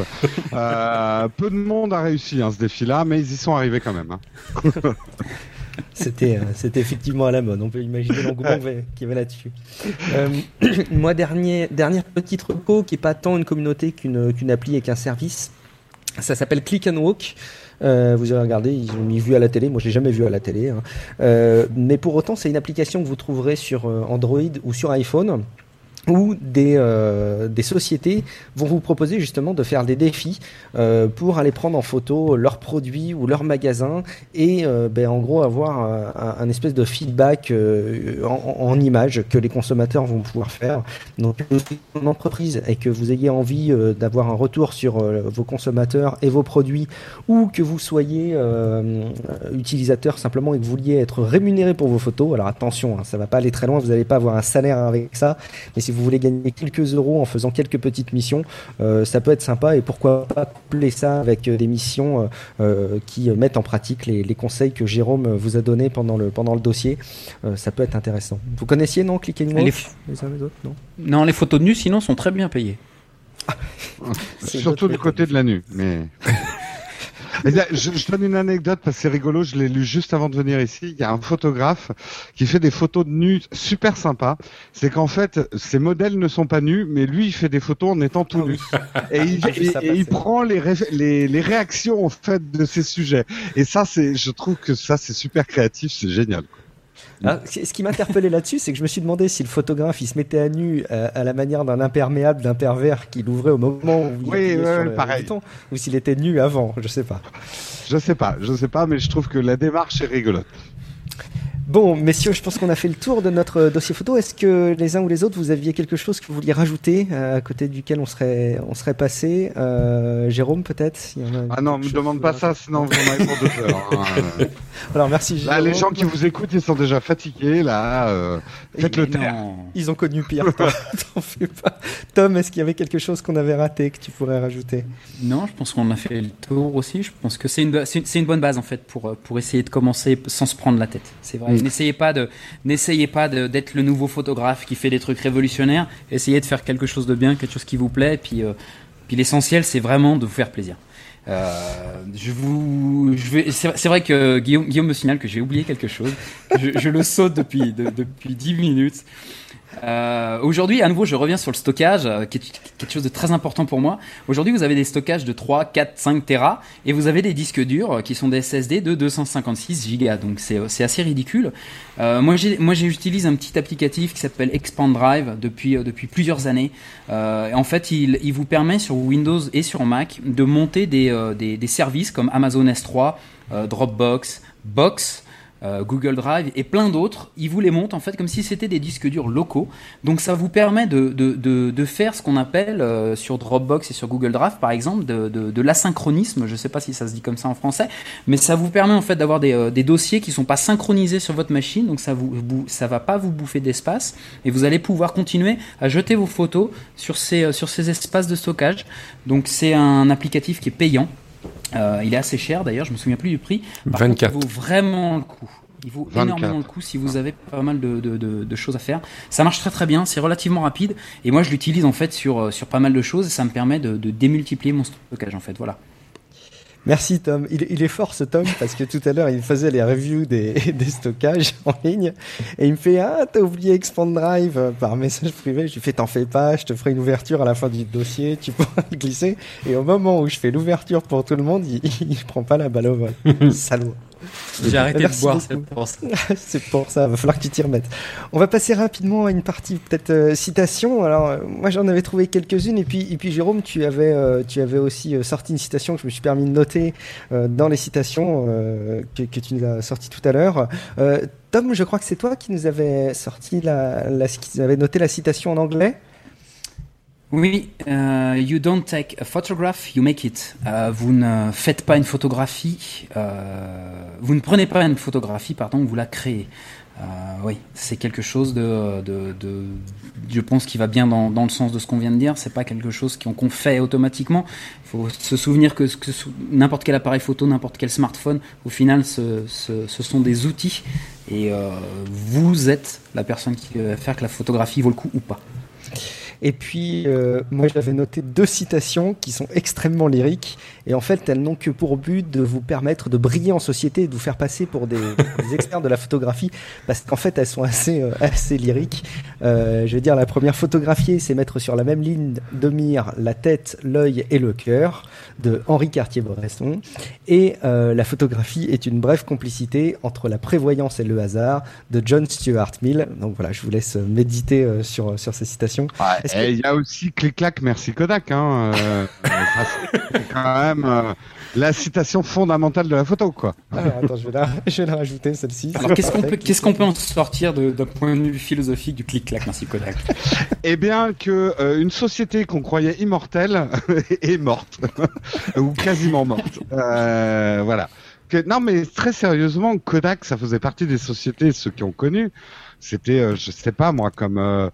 euh, peu de monde a réussi hein, ce défi-là, mais ils y sont arrivés quand même. Hein. C'était, euh, c'était effectivement à la mode. On peut imaginer l'engouement qu'il y avait là-dessus. Euh, moi, dernier, dernière petite reco qui n'est pas tant une communauté qu'une, qu'une appli et qu'un service. Ça s'appelle Click and Walk. Euh, vous avez regardé, ils ont mis vu à la télé. Moi, je l'ai jamais vu à la télé. Hein. Euh, mais pour autant, c'est une application que vous trouverez sur Android ou sur iPhone, où des, euh, des sociétés vont vous proposer justement de faire des défis euh, pour aller prendre en photo leurs produits ou leurs magasins et euh, ben, en gros avoir un, un espèce de feedback euh, en, en images que les consommateurs vont pouvoir faire. Donc une entreprise et que vous ayez envie euh, d'avoir un retour sur euh, vos consommateurs et vos produits, ou que vous soyez euh, utilisateur simplement et que vous vouliez être rémunéré pour vos photos, alors attention, hein, ça va pas aller très loin, vous n'allez pas avoir un salaire avec ça, mais si vous voulez gagner quelques euros en faisant quelques petites missions, euh, ça peut être sympa, et pourquoi pas coupler ça avec des missions euh, qui mettent en pratique les, les conseils que Jérôme vous a donnés pendant le, pendant le dossier. Euh, ça peut être intéressant. Vous connaissiez, non, Click and Walk, les, f... les uns les autres, non, non, les photos de nu, sinon, sont très bien payées. Ah, surtout du côté de la nu, mais... Je, je donne une anecdote parce que c'est rigolo, je l'ai lu juste avant de venir ici. Il y a un photographe qui fait des photos de nus super sympas. C'est qu'en fait, ses modèles ne sont pas nus, mais lui, il fait des photos en étant tout nu. Et il, et, et il prend les, ré, les, les réactions en fait de ces sujets. Et ça, c'est, je trouve que ça, c'est super créatif, c'est génial. Ah, ce qui m'interpellait là-dessus, c'est que je me suis demandé si le photographe il se mettait à nu à, à la manière d'un imperméable, d'un pervers qu'il ouvrait au moment où il oui, appuyait ouais, sur le pareil. bouton, ou s'il était nu avant, je sais pas. Je sais pas, je sais pas, mais je trouve que la démarche est rigolote. Bon, messieurs, je pense qu'on a fait le tour de notre dossier photo. Est-ce que les uns ou les autres, vous aviez quelque chose que vous vouliez rajouter, euh, à côté duquel on serait, on serait passé euh, Jérôme, peut-être? Ah non, me demande pas ça, sinon vous en avez pour deux heures. Hein. Alors, merci Jérôme. Là, les gens qui vous écoutent, ils sont déjà fatigués, là. Euh, faites le taire. Ils ont connu pire, toi. T'en fais pas. Tom, est-ce qu'il y avait quelque chose qu'on avait raté, que tu pourrais rajouter? Non, je pense qu'on a fait le tour aussi. Je pense que c'est une, c'est une, c'est une bonne base, en fait, pour, pour essayer de commencer sans se prendre la tête. C'est vrai. Mm. N'essayez pas de, n'essayez pas de, d'être le nouveau photographe qui fait des trucs révolutionnaires. Essayez de faire quelque chose de bien, quelque chose qui vous plaît. Et puis, euh, puis l'essentiel, c'est vraiment de vous faire plaisir. Euh, je vous, je vais, c'est, c'est vrai que Guillaume, Guillaume me signale que j'ai oublié quelque chose. Je, je le saute depuis, de, depuis dix minutes. Euh, aujourd'hui, à nouveau, je reviens sur le stockage, euh, qui est quelque chose de très important pour moi. Aujourd'hui, vous avez des stockages de trois, quatre, cinq Tera et vous avez des disques durs euh, qui sont des S S D de deux cent cinquante-six gigas. Donc, c'est, c'est assez ridicule. Euh, moi, j'ai, moi, j'utilise un petit applicatif qui s'appelle Expand Drive depuis, euh, depuis plusieurs années. Euh, et en fait, il, il vous permet sur Windows et sur Mac de monter des, euh, des, des services comme Amazon S trois, euh, Dropbox, Box, Euh, Google Drive et plein d'autres. Ils vous les montent en fait comme si c'était des disques durs locaux. Donc ça vous permet de, de, de, de faire ce qu'on appelle euh, sur Dropbox et sur Google Drive par exemple de, de, de l'asynchronisme. Je sais pas si ça se dit comme ça en français, mais ça vous permet en fait d'avoir des, euh, des dossiers qui sont pas synchronisés sur votre machine. Donc ça vous, vous ça va pas vous bouffer d'espace et vous allez pouvoir continuer à jeter vos photos sur ces, euh, sur ces espaces de stockage. Donc c'est un applicatif qui est payant. Euh, il est assez cher d'ailleurs, je me souviens plus du prix. Par vingt-quatre. contre, il vaut vraiment le coup. Il vaut vingt-quatre. énormément le coup si vous avez pas mal de, de, de, de choses à faire. Ça marche très très bien, c'est relativement rapide et moi je l'utilise en fait sur, sur pas mal de choses et ça me permet de, de démultiplier mon stockage en fait. Voilà. Merci Tom. Il, il est fort ce Tom parce que tout à l'heure il faisait les reviews des, des stockages en ligne et il me fait ah t'as oublié Expand Drive par message privé. Je lui fais t'en fais pas, je te ferai une ouverture à la fin du dossier, tu pourras le glisser. Et au moment où je fais l'ouverture pour tout le monde, il, il, il prend pas la balle au vol. Salaud. J'ai arrêté Merci de boire, beaucoup. c'est pour ça. C'est pour ça, va falloir que tu t'y remettes. On va passer rapidement à une partie peut-être euh, citation. Alors euh, moi j'en avais trouvé quelques-unes et puis et puis Jérôme tu avais euh, tu avais aussi euh, sorti une citation que je me suis permis de noter euh, dans les citations euh, que, que tu nous as sorti tout à l'heure. Euh, Tom, je crois que c'est toi qui nous avais sorti la, la qui nous avait noté la citation en anglais. Oui, euh, you don't take a photograph, you make it. Euh, vous ne faites pas une photographie, euh, vous ne prenez pas une photographie, pardon, vous la créez. Euh, oui, c'est quelque chose de, de, de, je pense, qui va bien dans, dans le sens de ce qu'on vient de dire. C'est pas quelque chose qu'on, qu'on fait automatiquement. Il faut se souvenir que, que n'importe quel appareil photo, n'importe quel smartphone, au final, ce, ce, ce sont des outils et euh, vous êtes la personne qui va faire que la photographie vaut le coup ou pas. Et puis, euh, moi, j'avais noté deux citations qui sont extrêmement lyriques. Et en fait, elles n'ont que pour but de vous permettre de briller en société et de vous faire passer pour des, des experts de la photographie. Parce qu'en fait, elles sont assez, euh, assez lyriques. Euh, je veux dire, la première, photographier, c'est mettre sur la même ligne de mire la tête, l'œil et le cœur, de Henri Cartier-Bresson. Et euh, la photographie est une brève complicité entre la prévoyance et le hasard, de John Stuart Mill. Donc voilà, je vous laisse méditer euh, sur, sur ces citations. Ouais. Que... Et il y a aussi clic-clac, merci Kodak. Hein, euh, c'est quand même euh, la citation fondamentale de la photo, quoi. Alors attends, je vais la, je vais la rajouter celle-ci. Alors qu'est-ce qu'on peut, qu'est-ce qu'on peut en sortir de, d'un point de vue philosophique du clic-clac, merci Kodak? Eh bien que euh, une société qu'on croyait immortelle est morte ou quasiment morte. Euh, voilà. Que, non, mais très sérieusement, Kodak, ça faisait partie des sociétés, ceux qui ont connu. C'était, euh, je sais pas moi, comme, euh,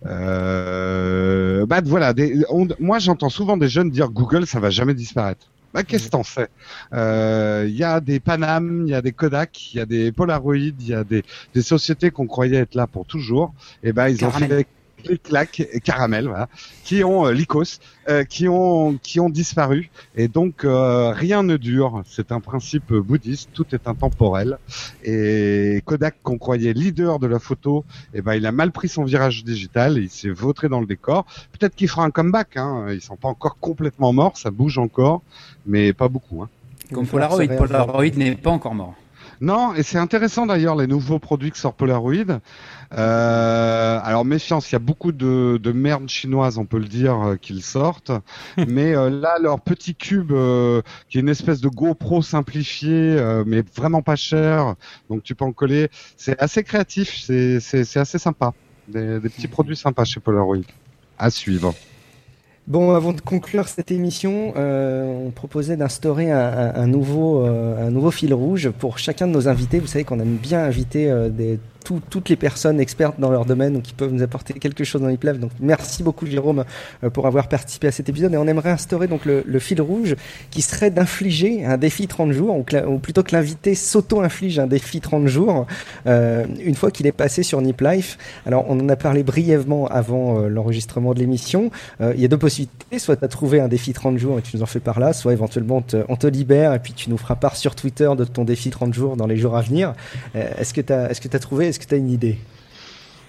euh, bah voilà, des, on, moi j'entends souvent des jeunes dire Google, ça va jamais disparaître. Bah qu'est-ce que t'en sais? Il euh, y a des Panam, il y a des Kodak, il y a des Polaroid, il y a des, des sociétés qu'on croyait être là pour toujours. Et ben bah, ils Caramel. ont fait clic-clac, caramel, voilà, qui ont euh, Lycos, euh, qui ont qui ont disparu. Et donc euh, rien ne dure. C'est un principe bouddhiste. Tout est intemporel. Et Kodak, qu'on croyait leader de la photo, eh ben il a mal pris son virage digital. Et il s'est vautré dans le décor. Peut-être qu'il fera un comeback. Hein. Ils sont pas encore complètement morts. Ça bouge encore, mais pas beaucoup. Hein. Comme Polaroid, Polaroid n'est pas encore mort. Non, et c'est intéressant d'ailleurs les nouveaux produits que sort Polaroid. Euh, alors méfiance, il y a beaucoup de, de merde chinoise, on peut le dire, euh, qu'ils sortent. Mais euh, là, leur petit cube, euh, qui est une espèce de GoPro simplifié, euh, mais vraiment pas cher, donc tu peux en coller. C'est assez créatif, c'est, c'est, c'est assez sympa. Des, des petits produits sympas chez Polaroid. À suivre. Bon, avant de conclure cette émission, euh, on proposait d'instaurer un, un, un, nouveau, euh, un nouveau fil rouge pour chacun de nos invités. Vous savez qu'on aime bien inviter euh, des, tout, toutes les personnes expertes dans leur domaine ou qui peuvent nous apporter quelque chose dans l'I P L A F. Donc merci beaucoup Jérôme euh, pour avoir participé à cet épisode. Et on aimerait instaurer donc le, le fil rouge qui serait d'infliger un défi trente jours, ou, ou plutôt que l'invité s'auto-inflige un défi trente jours euh, une fois qu'il est passé sur Nip Life. Alors on en a parlé brièvement avant euh, l'enregistrement de l'émission. Euh, il y a deux possibilités. Soit tu as trouvé un défi trente jours et tu nous en fais par là, soit éventuellement on te, on te libère et puis tu nous feras part sur Twitter de ton défi trente jours dans les jours à venir. Euh, est-ce que tu as est-ce que tu as trouvé, est-ce que tu as une idée?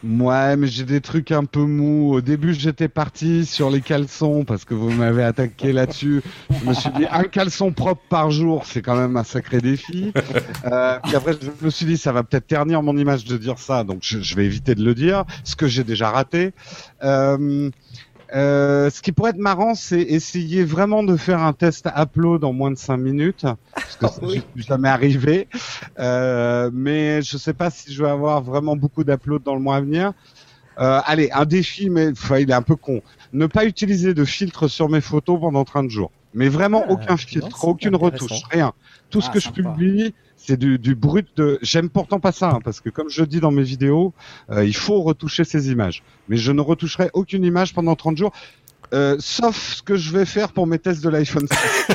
Ouais, mais j'ai des trucs un peu mous. Au début, j'étais parti sur les caleçons parce que vous m'avez attaqué là-dessus. Je me suis dit, un caleçon propre par jour, c'est quand même un sacré défi. Euh, puis après, je me suis dit, ça va peut-être ternir mon image de dire ça, donc je, je vais éviter de le dire, ce que j'ai déjà raté. Euh, Euh, ce qui pourrait être marrant, c'est essayer vraiment de faire un test upload en moins de cinq minutes, parce que ça n'est jamais arrivé. Euh, mais je sais pas si je vais avoir vraiment beaucoup d'uploads dans le mois à venir. Euh, allez, un défi, mais enfin, il est un peu con. Ne pas utiliser de filtre sur mes photos pendant trente jours. Mais vraiment Ah, aucun filtre, aucune retouche, rien. Tout ce Ah, que sympa. je publie, c'est du, du brut de... J'aime pourtant pas ça, hein, parce que comme je le dis dans mes vidéos, euh, il faut retoucher ces images. Mais je ne retoucherai aucune image pendant trente jours, euh, sauf ce que je vais faire pour mes tests de l'iPhone six.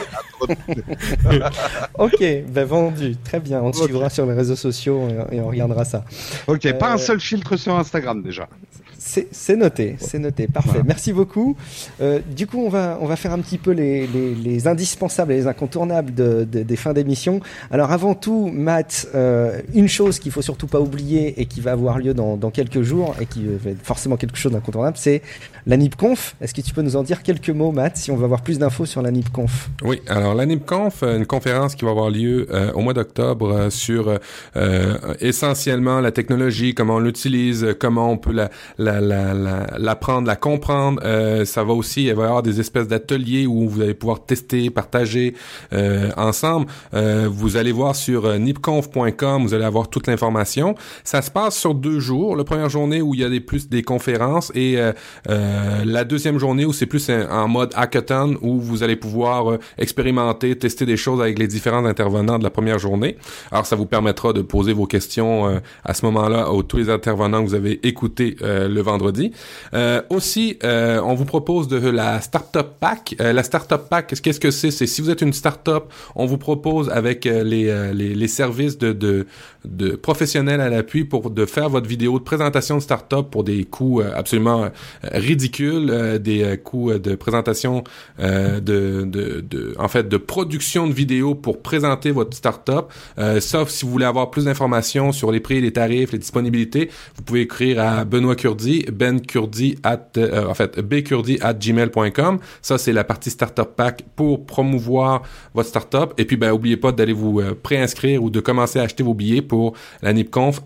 Ok, ben vendu, très bien. On te Ok. suivra sur les réseaux sociaux et, et on regardera ça. Ok, Euh, pas un seul filtre sur Instagram déjà. C'est c'est noté, c'est noté, parfait. Voilà. Merci beaucoup. Euh, du coup, on va on va faire un petit peu les les, les indispensables et les incontournables de, de- des fins d'émission. Alors avant tout, Matt, euh, une chose qu'il faut surtout pas oublier et qui va avoir lieu dans dans quelques jours et qui va être forcément quelque chose d'incontournable, c'est la NIPConf. Est-ce que tu peux nous en dire quelques mots, Matt, si on veut avoir plus d'infos sur la NIPConf? Oui, alors la NIPConf, euh, une conférence qui va avoir lieu euh, au mois d'octobre euh, sur euh, euh, essentiellement la technologie, comment on l'utilise, euh, comment on peut la la la la l'apprendre, la comprendre. Euh, ça va aussi, il va y avoir des espèces d'ateliers où vous allez pouvoir tester, partager euh, ensemble. Euh, vous allez voir sur euh, nipconf point com, vous allez avoir toute l'information. Ça se passe sur deux jours. La première journée où il y a des plus des conférences et euh, euh, la deuxième journée où c'est plus un- en mode hackathon où vous allez pouvoir euh, expérimenter, tester des choses avec les différents intervenants de la première journée. Alors ça vous permettra de poser vos questions euh, à ce moment-là aux tous les intervenants que vous avez écoutés euh, le vendredi. Euh, aussi, euh, on vous propose de la Startup Pack. Euh, la Startup Pack, qu'est-ce que c'est? C'est si vous êtes une startup, on vous propose avec euh, les, euh, les les services de, de de professionnels à l'appui pour de faire votre vidéo de présentation de startup pour des coûts euh, absolument euh, ridicules, euh, des euh, coûts euh, de présentation euh, de, de de en fait de production de vidéos pour présenter votre startup. Euh, sauf si vous voulez avoir plus d'informations sur les prix, les tarifs, les disponibilités, vous pouvez écrire à Benoît Curdi, Ben Curdi at euh, en fait bcurdi at gmail point com. Ça c'est la partie Startup Pack pour promouvoir votre startup. Et puis ben oubliez pas d'aller vous euh, préinscrire ou de commencer à acheter vos billets pour la NIPConf,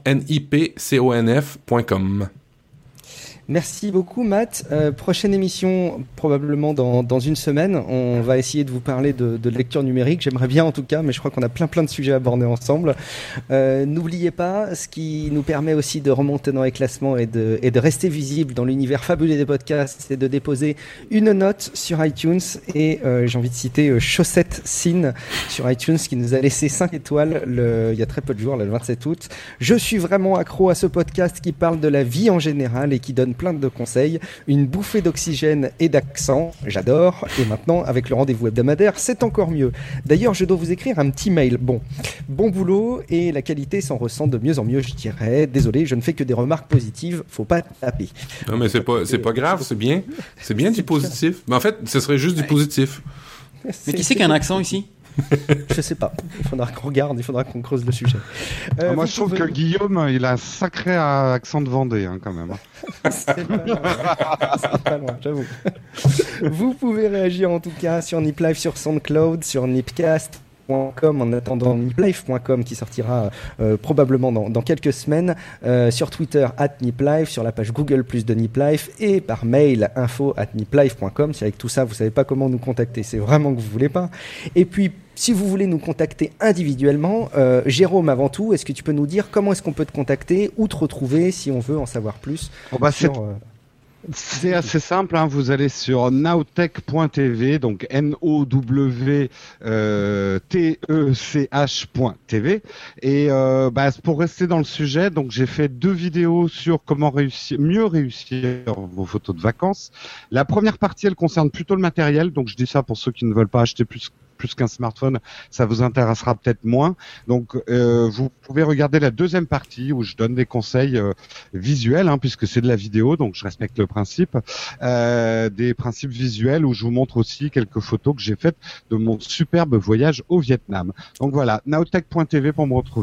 nipconf point com. Merci beaucoup, Matt. Euh, prochaine émission, probablement dans, dans une semaine. On va essayer de vous parler de, de lecture numérique. J'aimerais bien, en tout cas, mais je crois qu'on a plein plein de sujets à aborder ensemble. Euh, N'oubliez pas, ce qui nous permet aussi de remonter dans les classements et de, et de rester visible dans l'univers fabuleux des podcasts, c'est de déposer une note sur iTunes. Et euh, j'ai envie de citer euh, Chaussette Sin sur iTunes qui nous a laissé cinq étoiles le, il y a très peu de jours, le vingt-sept août. Je suis vraiment accro à ce podcast qui parle de la vie en général et qui donne plein de conseils, une bouffée d'oxygène et d'accent, j'adore, et maintenant avec le rendez-vous hebdomadaire, c'est encore mieux. D'ailleurs, je dois vous écrire un petit mail. Bon, bon boulot, et la qualité s'en ressent de mieux en mieux, je dirais. Désolé, je ne fais que des remarques positives, faut pas taper. Non mais c'est pas c'est pas grave, c'est bien. C'est bien du positif. Mais en fait, ce serait juste du positif. Mais qui c'est qui a un accent ici? Je sais pas, il faudra qu'on regarde, il faudra qu'on creuse le sujet. Euh, Ah, moi, vous je trouve pouvez- que Guillaume, il a un sacré euh, accent de Vendée, hein, quand même. C'est pas loin, c'est pas loin, j'avoue. Vous pouvez réagir en tout cas sur Nip Live, sur SoundCloud, sur nipcast point com en attendant niplife point com qui sortira euh, probablement dans, dans quelques semaines, euh, sur Twitter at niplife, sur la page Google plus de Niplife et par mail info at niplife point com. Si avec tout ça vous savez pas comment nous contacter, c'est vraiment que vous voulez pas. Et puis si vous voulez nous contacter individuellement, euh, Jérôme avant tout, est-ce que tu peux nous dire comment est-ce qu'on peut te contacter ou te retrouver si on veut en savoir plus Bon, bah, c'est sur, euh, C'est assez simple, hein. Vous allez sur nowtech point t v, donc N O W T E C H point T V, et euh, bah, pour rester dans le sujet, donc j'ai fait deux vidéos sur comment réussir, mieux réussir vos photos de vacances. La première partie, elle concerne plutôt le matériel, donc je dis ça pour ceux qui ne veulent pas acheter plus plus qu'un smartphone, ça vous intéressera peut-être moins. Donc, euh, vous pouvez regarder la deuxième partie où je donne des conseils euh, visuels, hein, puisque c'est de la vidéo, donc je respecte le principe, euh, des principes visuels où je vous montre aussi quelques photos que j'ai faites de mon superbe voyage au Vietnam. Donc voilà, nowtech point t v pour me retrouver.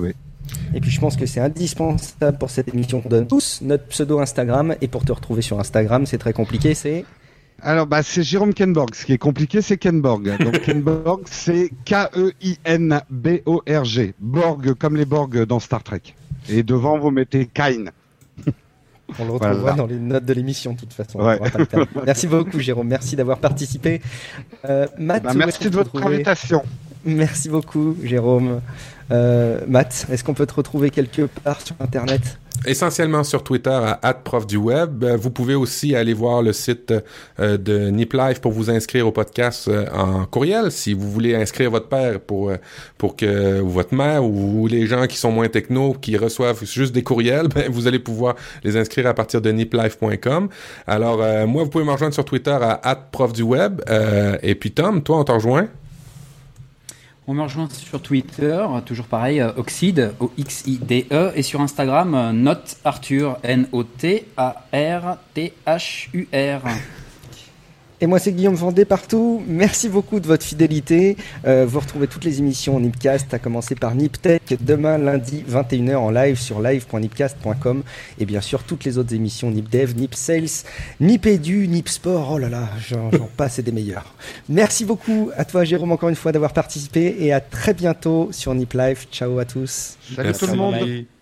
Et puis je pense que c'est indispensable pour cette émission qu'on donne tous notre pseudo Instagram. Et pour te retrouver sur Instagram, c'est très compliqué, c'est... Alors, bah, c'est Jérôme Kenborg. Ce qui est compliqué, c'est Kenborg. Donc, Kenborg, c'est K E I N B O R G. Borg, comme les Borg dans Star Trek. Et devant, vous mettez Kain. On le retrouvera Voilà. dans les notes de l'émission, de toute façon. Ouais. On pourra pas le perdre. Merci beaucoup, Jérôme. Merci d'avoir participé. Euh, Matt, Bah, où est-ce merci qu'on de peut votre te retrouver invitation. Merci beaucoup, Jérôme. Euh, Matt, est-ce qu'on peut te retrouver quelque part sur Internet ? Essentiellement sur Twitter à arobase prof du web. Vous pouvez aussi aller voir le site euh, de Nip Life pour vous inscrire au podcast euh, en courriel. Si vous voulez inscrire votre père pour euh, pour que ou votre mère ou, ou les gens qui sont moins techno, qui reçoivent juste des courriels, ben vous allez pouvoir les inscrire à partir de nip life point com. Alors euh, moi, vous pouvez me rejoindre sur Twitter à arobase prof du web. Euh, et puis Tom, toi, on te rejoint? On me rejoint sur Twitter, toujours pareil, euh, Oxide, O X I D E, et sur Instagram, euh, Note Arthur, N O T A R T H U R. Et moi, c'est Guillaume Vendée partout. Merci beaucoup de votre fidélité. Euh, vous retrouvez toutes les émissions Nipcast, à commencer par Niptech, demain lundi vingt et une heures en live sur live point nipcast point com. Et bien sûr, toutes les autres émissions Nipdev, Nipsales, Nipedu, Nipsport. Oh là là, j'en, j'en passe et des meilleurs. Merci beaucoup à toi, Jérôme, encore une fois d'avoir participé. Et à très bientôt sur Nip Life. Ciao à tous. Salut tout le monde. Bye.